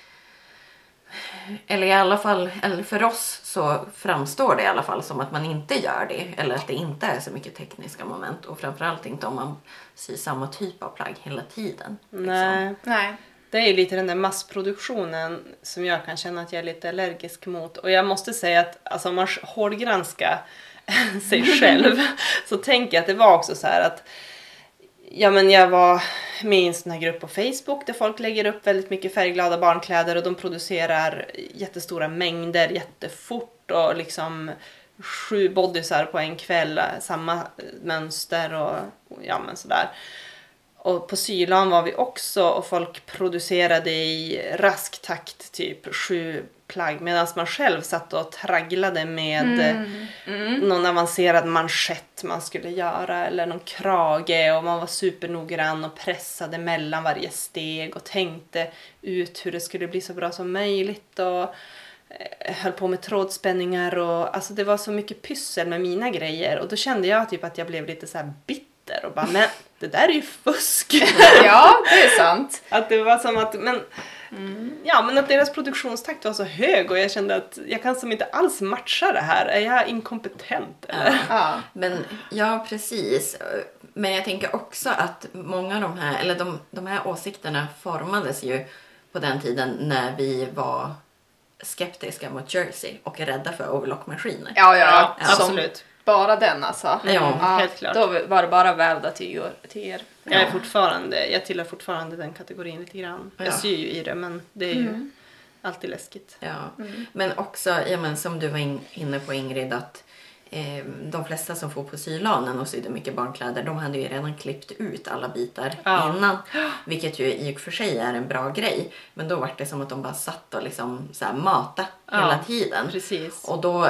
Eller i alla fall, eller för oss så framstår det i alla fall som att man inte gör det. Eller att det inte är så mycket tekniska moment. Och framförallt inte om man syr samma typ av plagg hela tiden. Nej. Nej. Det är ju lite den där massproduktionen som jag kan känna att jag är lite allergisk mot. Och jag måste säga att alltså, om man hårdgranskar sig själv så tänker jag att det var också så här att ja, men jag var med i en sån här grupp på Facebook där folk lägger upp väldigt mycket färgglada barnkläder och de producerar jättestora mängder jättefort och liksom sju bodysar på en kväll, samma mönster och ja men sådär. Och på Sylan var vi också och folk producerade i rask takt typ sju plagg medan man själv satt och tragglade med Mm. Mm. någon avancerad manschett man skulle göra eller någon krage och man var supernoggrann och pressade mellan varje steg och tänkte ut hur det skulle bli så bra som möjligt och höll på med trådspänningar och alltså det var så mycket pyssel med mina grejer och då kände jag typ att jag blev lite så här bitter och bara men det där är ju fusk. Ja, det är sant. Att det var som att men mm. ja men att deras produktionstakt var så hög och jag kände att jag kan som inte alls matcha det här. Är jag inkompetent eller? Ja. Ja. Men ja, precis. Men jag tänker också att många av de här, eller de, de här åsikterna formades ju på den tiden när vi var skeptiska mot jersey och rädda för overlockmaskiner. Ja, ja, Ja, som absolut. bara den alltså. Ja, helt klart. Då var det bara vävda tyger. tyger. Jag är fortfarande, jag tillhör fortfarande den kategorin lite grann. Ja. Jag syr ju i det men det är ju Mm. alltid läskigt. Ja. Men också, ja, men som du var in, inne på Ingrid, att eh, de flesta som får på sylanen och sydde mycket barnkläder, de hade ju redan klippt ut alla bitar Ja. innan. Vilket ju i och för sig är en bra grej. Men då var det som att de bara satt och liksom så här mata Ja, hela tiden. Precis. Och då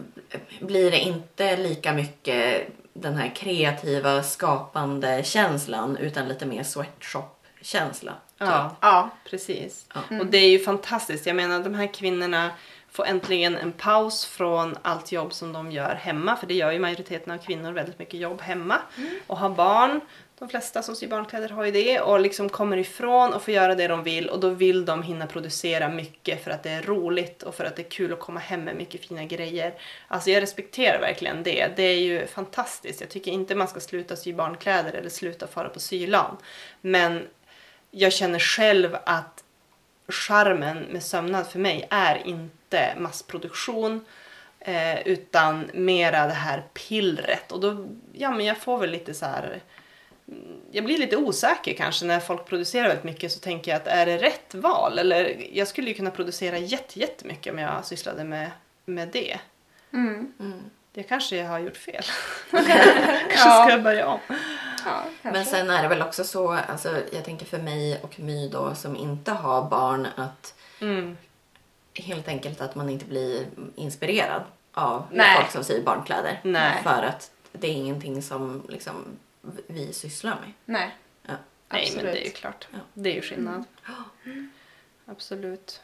blir det inte lika mycket den här kreativa, skapande känslan utan lite mer sweatshop-känsla. Ja, Ja. precis. Ja. Och det är ju fantastiskt. Jag menar, de här kvinnorna får äntligen en paus från allt jobb som de gör hemma. För det gör ju majoriteten av kvinnor väldigt mycket jobb hemma. Och har barn. De flesta som syr barnkläder har ju det. Och liksom kommer ifrån och får göra det de vill. Och då vill de hinna producera mycket för att det är roligt. Och för att det är kul att komma hem med mycket fina grejer. Alltså jag respekterar verkligen det. Det är ju fantastiskt. Jag tycker inte man ska sluta sy barnkläder eller sluta fara på sylan. Men jag känner själv att charmen med sömnad för mig är inte massproduktion eh, utan mera det här pillret. Och då, ja men jag får väl lite så här, jag blir lite osäker kanske när folk producerar väldigt mycket, så tänker jag att är det rätt val? Eller jag skulle ju kunna producera jätte, jättemycket om jag sysslade med, med det. Mm. Mm. Det kanske jag har gjort fel. Kanske ska jag börja om. Ja, kanske. Men sen är det väl också så, alltså, jag tänker för mig och My då som inte har barn, att Mm. helt enkelt att man inte blir inspirerad av Nej. folk som syr barnkläder. Nej. För att det är ingenting som liksom, vi sysslar med. Nej. Ja. Nej, men det är ju Absolut. klart. Ja. Det är ju skillnad. Mm. Absolut.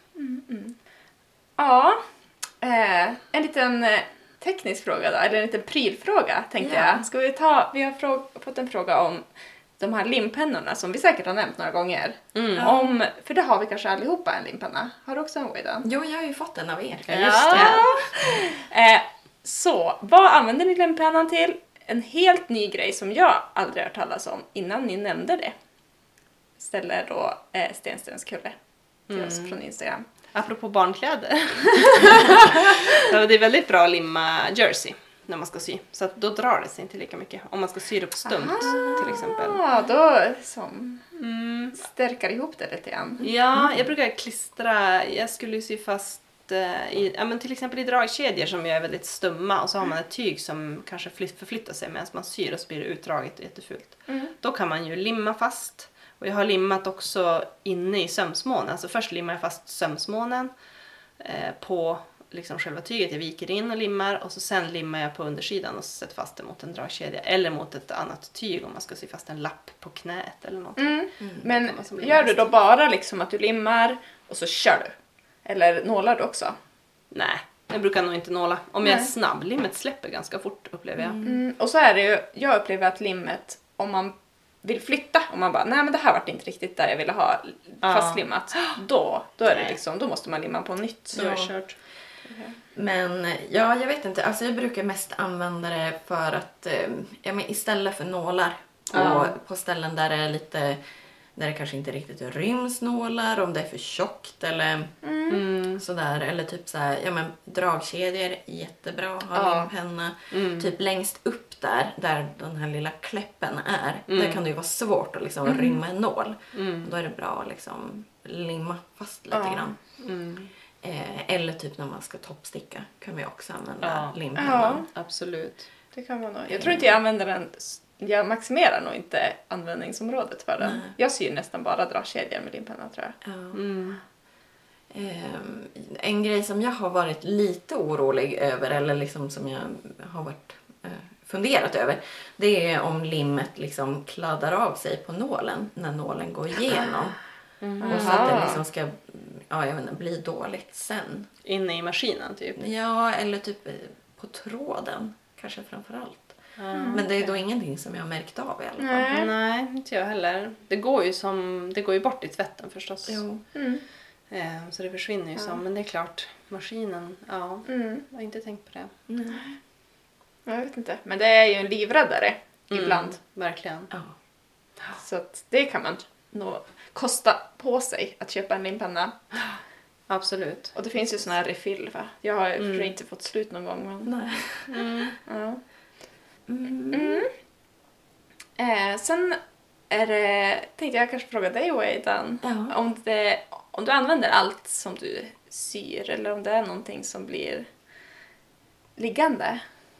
Ja, eh, en liten eh, teknisk fråga då, eller en liten prylfråga tänkte Ja. jag. Ska vi ta, vi har frå- fått en fråga om de här limpennorna som vi säkert har nämnt några gånger. Mm. Om, för det har vi kanske allihopa en limpenna. Har du också en Wayden? Jo, jag har ju fått en av er. Ja, just det. Eh, så, vad använder ni limpennan till? En helt ny grej som jag aldrig hört talas om innan ni nämnde det. Ställer då eh, Stenstens Kulle till oss från Instagram. Apropå barnkläder. Ja, det är väldigt bra att limma jersey när man ska sy. Så att då drar det sig inte lika mycket. Om man ska sy det på stumt till exempel. Ja, då som Mm. stärker ihop det lite grann. Ja, jag brukar klistra. Jag skulle ju sy fast eh, i, ja, men till exempel i dragkedjor som är väldigt stumma. Och så har man ett tyg som kanske flytt, förflyttar sig medan man syr och så blir det utdraget och jättefult. Mm. Då kan man ju limma fast. Och jag har limmat också inne i sömsmånen. Alltså först limmar jag fast sömsmånen eh, på liksom själva tyget. Jag viker in och limmar. Och så sen limmar jag på undersidan och sätter fast det mot en dragkedja. Eller mot ett annat tyg om man ska sy fast en lapp på knät eller något. Mm. Mm. Men kan man som gör du limma då bara liksom att du limmar och så kör du? Eller nålar du också? Nej, jag brukar nog inte nåla. Om jag är Nej. snabb, limmet släpper ganska fort upplever jag. Mm. Och så är det ju, jag upplever att limmet, om man vill flytta, om man bara, nej men det här vart inte riktigt där jag ville ha Ja. fastlimmat, då, då är det Nej. liksom, då måste man limma på nytt. Så är det kört. Men ja, jag vet inte. Alltså jag brukar mest använda det för att eh, ja, men istället för nålar på, Ja. på ställen där det är lite, där det kanske inte riktigt ryms nålar, om det är för tjockt eller Mm. sådär. Eller typ så här, ja men dragkedjor, jättebra att ha Ja. limpenna. Mm. Typ längst upp där, där den här lilla kläppen är, Mm. där kan det ju vara svårt att liksom rymma en nål. Mm. Då är det bra att liksom limma fast lite Ja. grann. Mm. Eh, eller typ när man ska toppsticka kan vi också använda Ja. limpennan. Absolut. Det kan man nog. Jag tror inte jag använder den, jag maximerar nog inte användningsområdet för den. Nej. Jag syr nästan bara dragkedjor med limpenna tror jag. Ja. Mm. Um, en grej som jag har varit lite orolig över, eller liksom som jag har varit uh, funderat över, det är om limmet liksom kladdar av sig på nålen när nålen går igenom. Mm. Och så att det liksom ska, ja, jag vet inte, bli dåligt sen. Inne i maskinen typ? Ja, eller typ på tråden kanske framförallt. Mm. Men det är då ingenting som jag har märkt av i alla fall. Nej, Nej inte jag heller. Det går ju, som, det går ju bort i tvätten förstås. Jo. Mm. Eh, så det försvinner ju ja. som. Men det är klart, maskinen, ja. Mm. Jag har inte tänkt på det. Mm. Jag vet inte. Men det är ju en livräddare mm. ibland. Verkligen. Ja. Så att det kan man nog kosta på sig att köpa en limpenna. Absolut. Och det finns ju såna här refill, va? Jag har ju mm. inte fått slut någon gång. Men... Nej. Mm. Ja. Mm. Mm. Eh, sen är det, tänkte jag kanske fråga dig, Wade, ja. om, det, om du använder allt som du syr eller om det är någonting som blir liggande.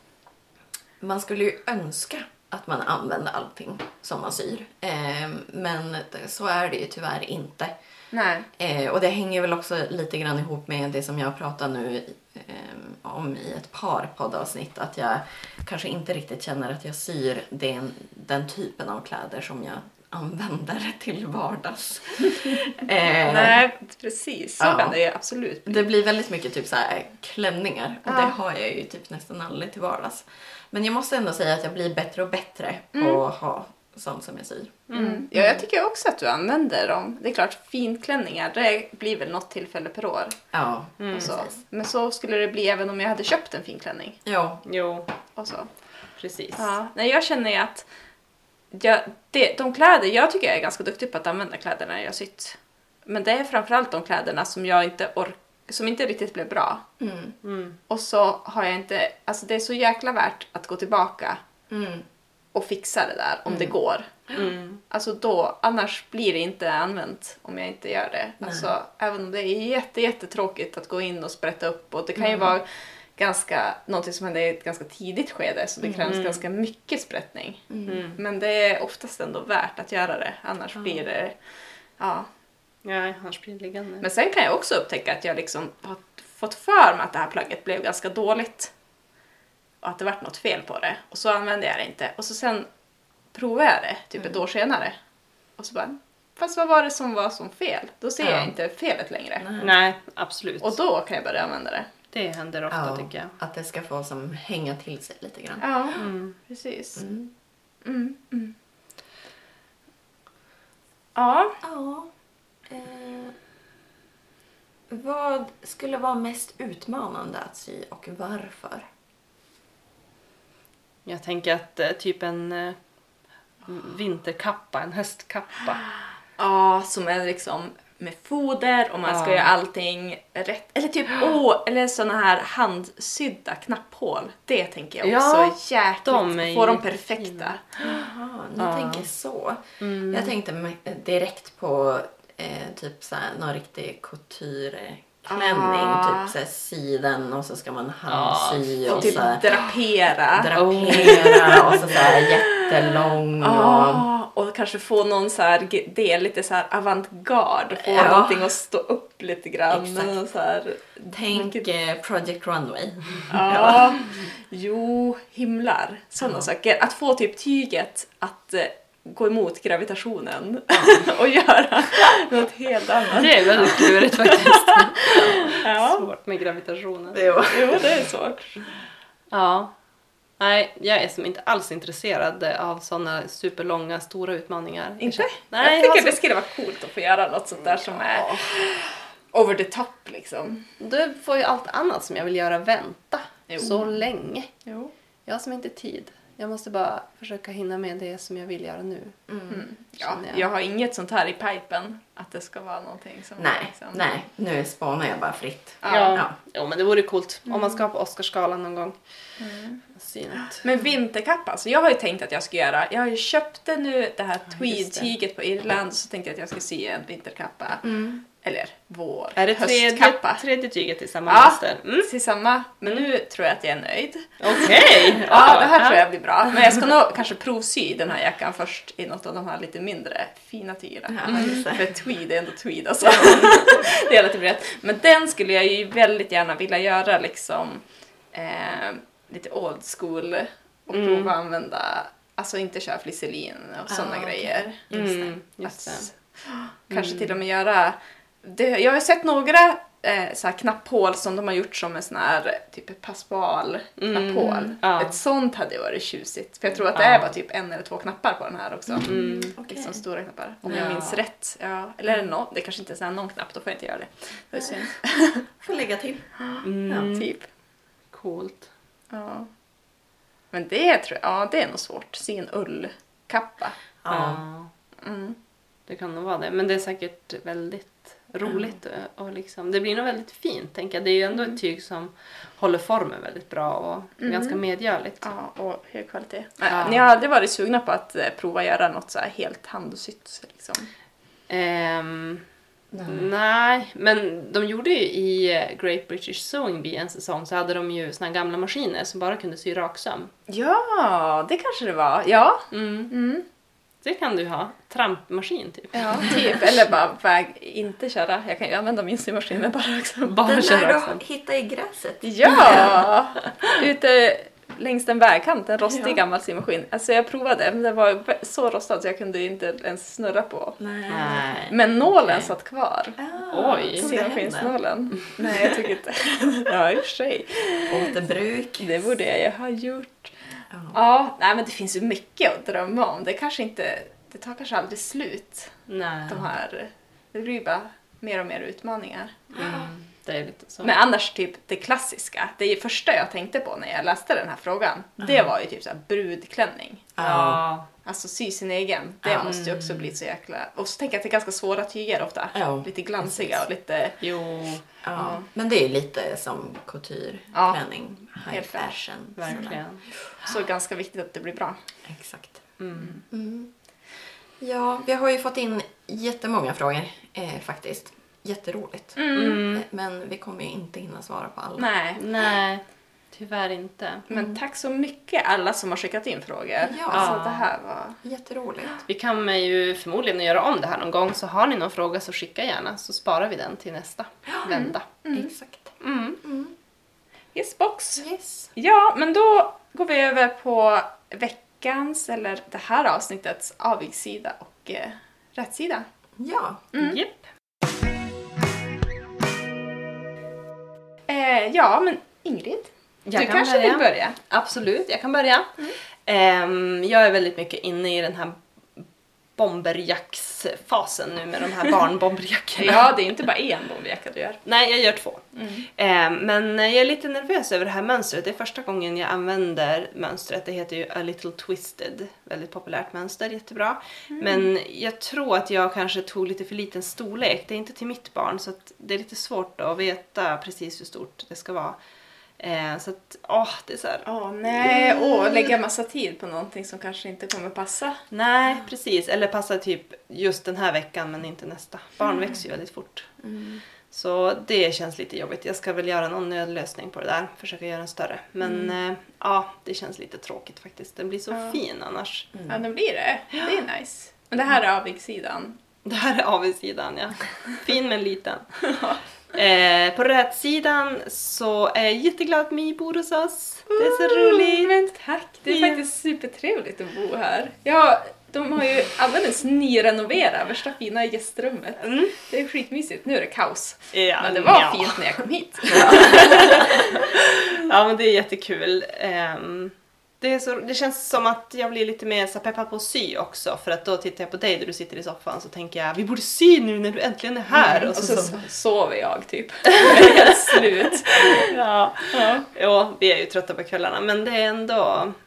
Man skulle ju önska att man använder allting som man syr. Eh, men så är det ju tyvärr inte. Nej. Eh, och det hänger väl också lite grann ihop med det som jag pratar nu eh, om i ett par poddavsnitt. Att jag kanske inte riktigt känner att jag syr den, den typen av kläder som jag använder till vardags. eh, Nej, precis. Så ja. kan det ju absolut bli. Det blir väldigt mycket typ så här klänningar. Och ja. det har jag ju typ nästan aldrig till vardags. Men jag måste ändå säga att jag blir bättre och bättre mm. på att ha sånt som jag syr. Mm. Mm. Ja, jag tycker också att du använder dem. Det är klart, finklänningar, det blir väl något tillfälle per år. Ja, mm. och så. Men så skulle det bli även om jag hade köpt en finklänning. Ja. Jo. Och så. Precis. Ja. Nej, jag känner ju att jag, det, de kläder, jag tycker jag är ganska duktig på att använda kläderna jag sytt. Men det är framförallt de kläderna som jag inte orkar, som inte riktigt blev bra. Mm. Mm. Och så har jag inte, alltså det är så jäkla värt att gå tillbaka mm. och fixa det där om mm. det går. Mm. Alltså då, annars blir det inte använt om jag inte gör det. Nej. Alltså även om det är jätte, jättetråkigt att gå in och sprätta upp, och det kan mm. ju vara ganska, någonting som händer i ett ganska tidigt skede, så det krävs mm. ganska mycket sprättning. Mm. Men det är oftast ändå värt att göra det, annars mm. blir det, ja. Ja, annars blir det liggande. Men sen kan jag också upptäcka att jag liksom har fått för mig att det här plagget blev ganska dåligt. Och att det varit något fel på det. Och så använde jag det inte. Och så sen provade jag det typ mm. ett år senare. Och så bara, fast vad var det som var som fel? Då ser ja. jag inte felet längre. Nej. Nej, absolut. Och då kan jag börja använda det. Det händer ofta ja, tycker jag. Att det ska få som hänga till sig lite grann. Ja, mm. precis. Mm. Mm. Mm. Ja. Ja. Eh, vad skulle vara mest utmanande att sy och varför? Jag tänker att eh, typ en eh, vinterkappa, en höstkappa. Ja, som är liksom med foder och man ska ja. göra allting rätt. Eller typ, åh, eller såna här handsydda knapphål. Det tänker jag också ja, jäkligt. De få dem perfekta. Jaha, ni ja. tänker så. Mm. Jag tänkte direkt på eh, typ såhär, någon riktig couture-klänning. Ah. Typ såhär siden och så ska man handsy ah, och, och typ såhär, drapera. Drapera och så såhär jättelång. Ah. Och kanske få någon så här del lite så här avantgarde, få ja. någonting att stå upp lite grann. Exakt. Så här, tänk mycket... Project Runway. Ja, ja. Jo, himlar. Sådana ja. saker. Att få typ tyget att uh, gå emot gravitationen ja. och göra något helt annat. Det är väldigt klurigt faktiskt. Ja. Svårt med gravitationen. Jo, jo det är svårt. Ja. Nej, jag är som inte alls intresserad av sådana superlånga, stora utmaningar. Inte? Nej, jag tycker alltså... det skulle vara coolt att få göra något sånt där som ja. är over the top liksom. Då får ju allt annat som jag vill göra vänta jo. så länge. Jo. Jag har som inte tid. Jag måste bara försöka hinna med det som jag vill göra nu. Mm. Mm. Ja, jag. jag har inget sånt här i pipen att det ska vara någonting som... Nej, liksom... nej. Nu spanar jag bara fritt. Ja, ja. ja. Jo, men det vore coolt mm. om man ska på Oscarsgalan någon gång. Mm. Synet. Men vinterkappa, så jag har ju tänkt att jag ska göra, jag har ju köpt det nu, det här tweed-tyget på Irland, så tänkte jag att jag ska sy en vinterkappa. Mm. eller vår Är det tredje, höstkappa. tredje tyget i samma Ja, mönster? Mm. till samma. Men nu tror jag att jag är nöjd. Okej! Okay. Ja, det här tror jag blir bra. Men jag ska nog kanske provsy den här jackan först i något av de här lite mindre fina tygerna. Mm. För tweed är ändå tweed alltså. Det är lite rätt. Men den skulle jag ju väldigt gärna vilja göra liksom eh, lite old school och Mm. prova använda, alltså inte köra flisselin och sådana Ah, okay. grejer. Mm, just det. Att, kanske till och med göra, det, jag har sett några eh, så här knapphål som de har gjort som en sån här typ passpal knapphål. Mm, ja. Ett sånt hade varit tjusigt. För jag tror att det Ja. är bara typ en eller två knappar på den här också. Mm. Okej. Liksom stora knappar. Om Ja. jag minns rätt. Ja. Eller är det någon? Det kanske inte är någon knapp, då får jag inte göra det. Det är synd. Får lägga till. Mm. Ja, typ. Coolt. Ja. Men det tror jag, ja det är nog svårt. Se en ullkappa. Ja. Ja. Mm. Det kan nog vara det. Men det är säkert väldigt roligt. Och, och liksom, det blir nog väldigt fint, tänker jag. Det är ju ändå ett tyg som håller formen väldigt bra och Mm. ganska medgörligt. Ja, och hög kvalitet. Ja. Ni har aldrig varit sugna på att eh, prova göra något så här helt handsytt liksom? Ehm, Nej. nej, men de gjorde ju i eh, Great British Sewing Bee en säsong så hade de ju såna här gamla maskiner som bara kunde sy raksöm. Ja, det kanske det var. Ja. Mm. Mm. Det kan du ha. Trampmaskin typ. Ja, typ. Eller bara väg inte köra. Jag kan ju använda min symaskin med bara också. Bara Den köra där raksöm. du hittade i gräset. Ja! Ute längs en vägkant, en rostig Ja. gammal symaskin. Alltså jag provade, men det var så rostad så jag kunde inte ens snurra på. Nej. Nej. Men nålen Okej. satt kvar. Ah, Oj. tog det henne? Symaskinsnålen. Nej, jag tycker inte. Ja, i och för sig. Återbruk. Det borde jag ju ha gjort. Ja. Ja, nej men det finns ju mycket att drömma om. Det kanske inte, det tar kanske aldrig slut. Nej. De här, det blir ju bara mer och mer utmaningar. Mm. Det är lite så. Men annars typ det klassiska, det är ju första jag tänkte på när jag läste den här frågan. Det var ju typ så här brudklänning. Ja. Alltså sy sin egen, det Ja. måste ju också bli så jäkla... Och så tänker jag att det är ganska svåra tyger ofta. Ja, Lite glansiga precis. och lite... Jo, Ja. Men det är lite som couture-klänning. High helt klart. fashion. verkligen. Så ganska viktigt att det blir bra. Sådär. Exakt. Mm. Mm. Ja, vi har ju fått in jättemånga frågor eh, faktiskt. Jätteroligt. Mm. Eh, Men vi kommer ju inte hinna svara på alla. Nej, Nej, tyvärr inte. men tack så mycket alla som har skickat in frågor. Ja. Alltså det här var... Jätteroligt. Vi kan ju förmodligen göra om det här någon gång, så har ni någon fråga så skicka gärna så sparar vi den till nästa vända. Exakt. Mm. Mm. Yes, box. Yes. Ja, men då går vi över på veckans, eller det här avsnittets avigssida och eh, rättsida. Ja. Japp. Eh, ja, men Ingrid, Jag du kan kanske börja. vill börja? Absolut, jag kan börja. Ehm, jag är väldigt mycket inne i den här bomberjacksfasen nu med de här barnbomberjackorna. Ja, det är inte bara en bomberjacka du gör. Nej, jag gör två. Ehm, men jag är lite nervös över det här mönstret. Det är första gången jag använder mönstret. Det heter ju A Little Twisted. Väldigt populärt mönster, jättebra. Men jag tror att jag kanske tog lite för liten storlek. Det är inte till mitt barn, så att det är lite svårt att veta precis hur stort det ska vara. Ehm, så att, åh, det är så här. Åh nej, åh, lägga massa tid på någonting som kanske inte kommer passa. Nej, precis. Eller passar typ just den här veckan men inte nästa. Barn växer ju väldigt fort. Mm. Så det känns lite jobbigt. Jag ska väl göra någon nödlösning på det där. Försöka göra en större. Men eh, ja, det känns lite tråkigt faktiskt. Den blir så Ja. fin annars. Ja, det blir det. Det är nice. Men det här är avigsidan. Det här är avigsidan, ja. Fin men liten. Eh, på rätsidan så är jag jätteglad att My bor hos oss. Det är så roligt. Men tack, det är Ja. faktiskt supertrevligt att bo här. Ja, de har ju alldeles nyrenoverat värsta fina gästrummet. Mm. Det är skitmysigt. Nu är det kaos. Ja, Men det var ja. fint när jag kom hit. Ja, men det är jättekul. Ehm, det, är så, det känns som att jag blir lite mer så peppad på att sy också. För att då tittar jag på dig där du sitter i soffan så tänker jag, vi borde sy nu när du äntligen är här. Mm, och och så, så, sover jag typ. Jag är helt slut. ja. Ja. Ja, vi är ju trötta på kvällarna men det är ändå,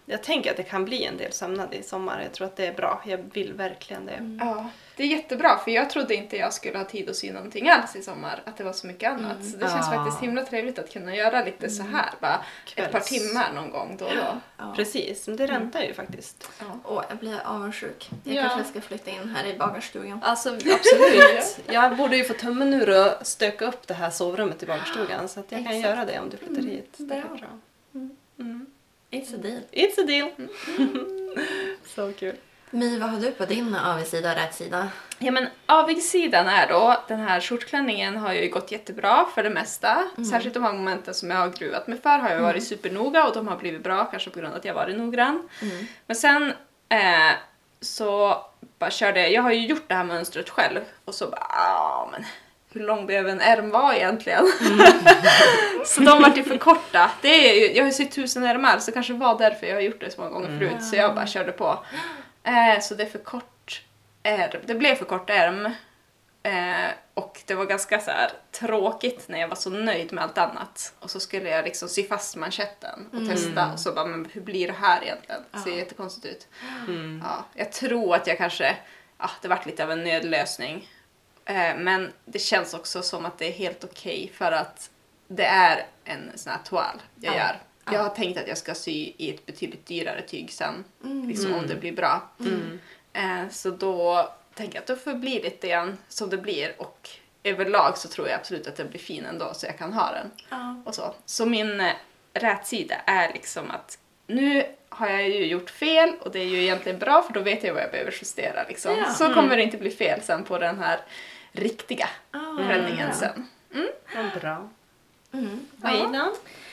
jag tänker att det kan bli en del sömnad i sommar. Jag tror att det är bra. Jag vill verkligen det. Mm. Ja, det är jättebra för jag trodde inte jag skulle ha tid att sy någonting alls i sommar. Att det var så mycket annat. Mm. Så det känns ja. faktiskt himla trevligt att kunna göra lite så här. Bara Kvälls. ett par timmar någon gång då och då. Ja. Precis, men det räntar ju faktiskt. Ja. Åh, jag blir avundsjuk. Jag ja. kanske ska flytta in här i bagarstugan. Alltså absolut. Jag borde ju få tummen ur och stöka upp det här sovrummet i bagarstugan. Så att jag kan göra det om du flyttar hit. Mm. Det bra. Mm. Mm. It's a deal. It's a deal. Mm. Så kul. My, vad har du på din avigsida och rätsida? Ja men avigsidan är då, den här skjortklänningen har ju gått jättebra för det mesta. Mm. Särskilt de här momenten som jag har gruvat mig för har jag varit mm. supernoga och de har blivit bra kanske på grund av att jag varit noggrann. Mm. Men sen eh, så bara körde, jag har ju gjort det här mönstret själv och så bara, ah, men hur lång behöver en ärm vara egentligen? Mm. Så de var ju för korta. Det är ju, jag har ju sytt tusen ärmar så kanske var därför jag har gjort det så många gånger mm. förut. Så jag bara körde på. Eh, så det är för kort ärm. Det blev för kort ärm. Eh, och det var ganska så här tråkigt när jag var så nöjd med allt annat. Och så skulle jag liksom sy fast manschetten och mm. testa. Och så bara, men hur blir det här egentligen? Det ser ja. jättekonstigt ut. Mm. Ja, jag tror att jag kanske, ja, det vart lite av en nödlösning. Eh, men det känns också som att det är helt okej okay för att det är en sån här toal jag ja. gör. Jag har tänkt att jag ska sy i ett betydligt dyrare tyg sen. Mm. Liksom om det blir bra. Mm. Eh, så då tänker jag att det får bli lite grann som det blir. Och överlag så tror jag absolut att det blir fin ändå så jag kan ha den. Ja. Och så. så min eh, rätsida är liksom att nu har jag ju gjort fel. Och det är ju egentligen bra för då vet jag vad jag behöver justera. Liksom. Ja. Så mm. kommer det inte bli fel sen på den här riktiga klänningen ja. sen. Mm. Ja, bra. Mm. Vad är det?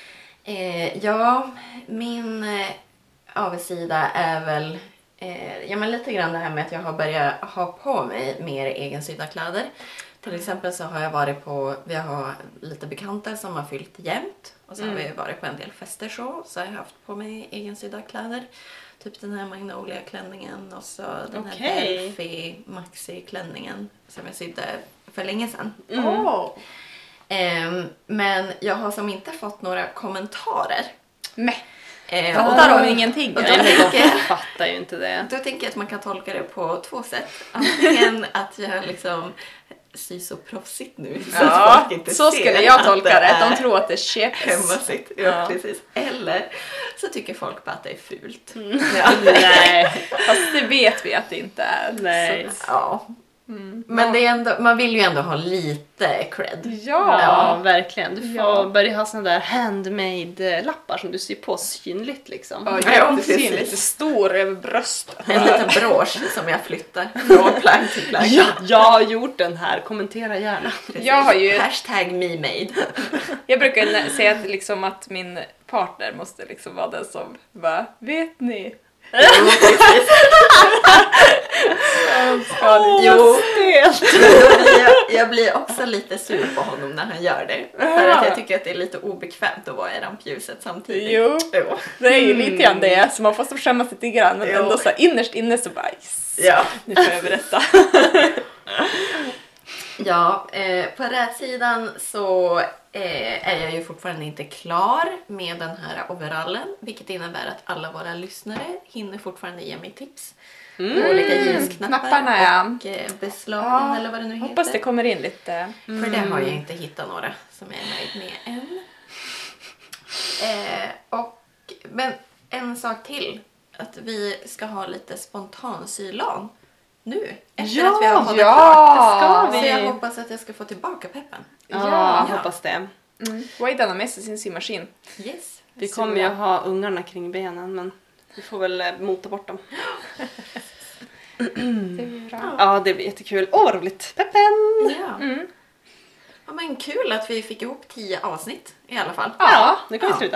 Eh, ja, min eh, avigsida är väl eh, ja, men lite grann det här med att jag har börjat ha på mig mer egensydda kläder. Till exempel så har jag varit på, vi har lite bekanta som har fyllt jämt. Och så mm. har vi varit på en del fester så, så har jag haft på mig egensydda kläder. Typ den här Magnolia-klänningen och så den här okay. Delphi Maxi-klänningen som jag sydde för länge sedan. Mm. Oh. Um, men jag har som inte fått några kommentarer. Nej. Um, Fattar de ingenting? Och då tänker jag, fattar ju inte det. Då tänker jag att man kan tolka det på två sätt. Antingen att jag liksom syr så proffsigt nu så ja, att folk inte så ser skulle jag tolka det. det. De tror att det är käpes. Hemmasigt. Ja, ja, precis. Eller så tycker folk bara att det är fult. Mm. Ja. Nej. Fast det vet vi att det inte är. Nej. Så, ja. Mm. Men det är ändå, man vill ju ändå ha lite cred. Ja, ja. verkligen. Du får ja. börja ha såna där handmade-lappar som du syr på synligt liksom. Ja, jag har precis lite stor över bröstet. En liten brosch som jag flyttar från plagg till plagg. Ja, jag har gjort den här. Kommentera gärna. Precis. Jag har ju... Hashtag me made. Jag brukar säga att, liksom att min partner måste liksom vara den som bara, vet ni? Jo, precis. Oh, jo, jag, jag blir också lite sur på honom när han gör det. För att jag tycker att det är lite obekvämt att vara i rampljuset samtidigt. Jo, jo. Det är ju lite grann det. Så man får skämmas lite grann. Men jo. ändå så här, innerst inne så bara, yes, ja. Nu får jag berätta. Ja, eh, på rätsidan så eh, är jag ju fortfarande inte klar med den här overallen. Vilket innebär att alla våra lyssnare hinner fortfarande ge mig tips. Mm. På olika jeansknappar ja. och eh, beslag ja, eller vad det nu heter. Hoppas det kommer in lite. Mm. För det har jag inte hittat några som jag är nöjd med än. Eh, och, men en sak till. Att vi ska ha lite spontansylan. Nu, efter ja, att vi har poddat ja, klart. Det ska vi. Så jag hoppas att jag ska få tillbaka peppen. Ja, ja. jag hoppas det. Mm. Wade har med sig sin symaskin. Yes. Vi kommer ju ha ungarna kring benen, men vi får väl mota bort dem. Det blir bra. Ja, det blir jättekul. Åh, vad roligt. Peppen! Ja. Mm. Ja, men kul att vi fick ihop tio avsnitt i alla fall. Ja, ja nu kan ja. vi sluta.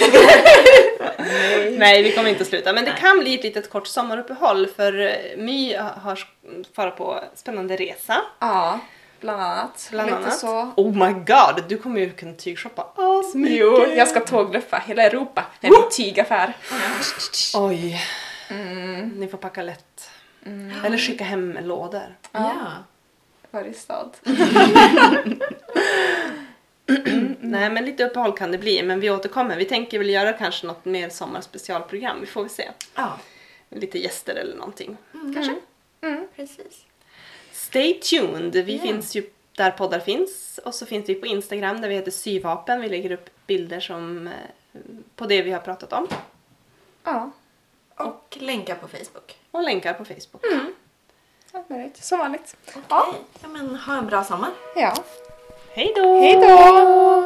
Nej. Nej, vi kommer inte sluta. Men det Nej. kan bli ett litet kort sommaruppehåll för My har farit på spännande resa. Ja, bland annat. Bland Lite annat. Så. Oh my god, du kommer ju kunna tygshoppa asmycket. Jo, jag ska tågluffa hela Europa. En oh. tygaffär. Oj. Mm. Ni får packa lätt. Mm. Eller skicka hem lådor. Ja. Varje stad. Nej, men lite uppehåll kan det bli. Men vi återkommer. Vi tänker väl göra kanske något mer sommarspecialprogram. Vi får väl se. Ja. Lite gäster eller någonting. Mm. Kanske. Mm. Precis. Stay tuned. Vi Ja. finns ju där poddar finns. Och så finns vi på Instagram där vi heter Syvapen. Vi lägger upp bilder som eh, på det vi har pratat om. Ja. Och länkar på Facebook. Och länkar på Facebook. Mm. Allt möjligt. Som vanligt. Ja. Ja, men ha en bra sommar. Ja. Hej då! Hej då!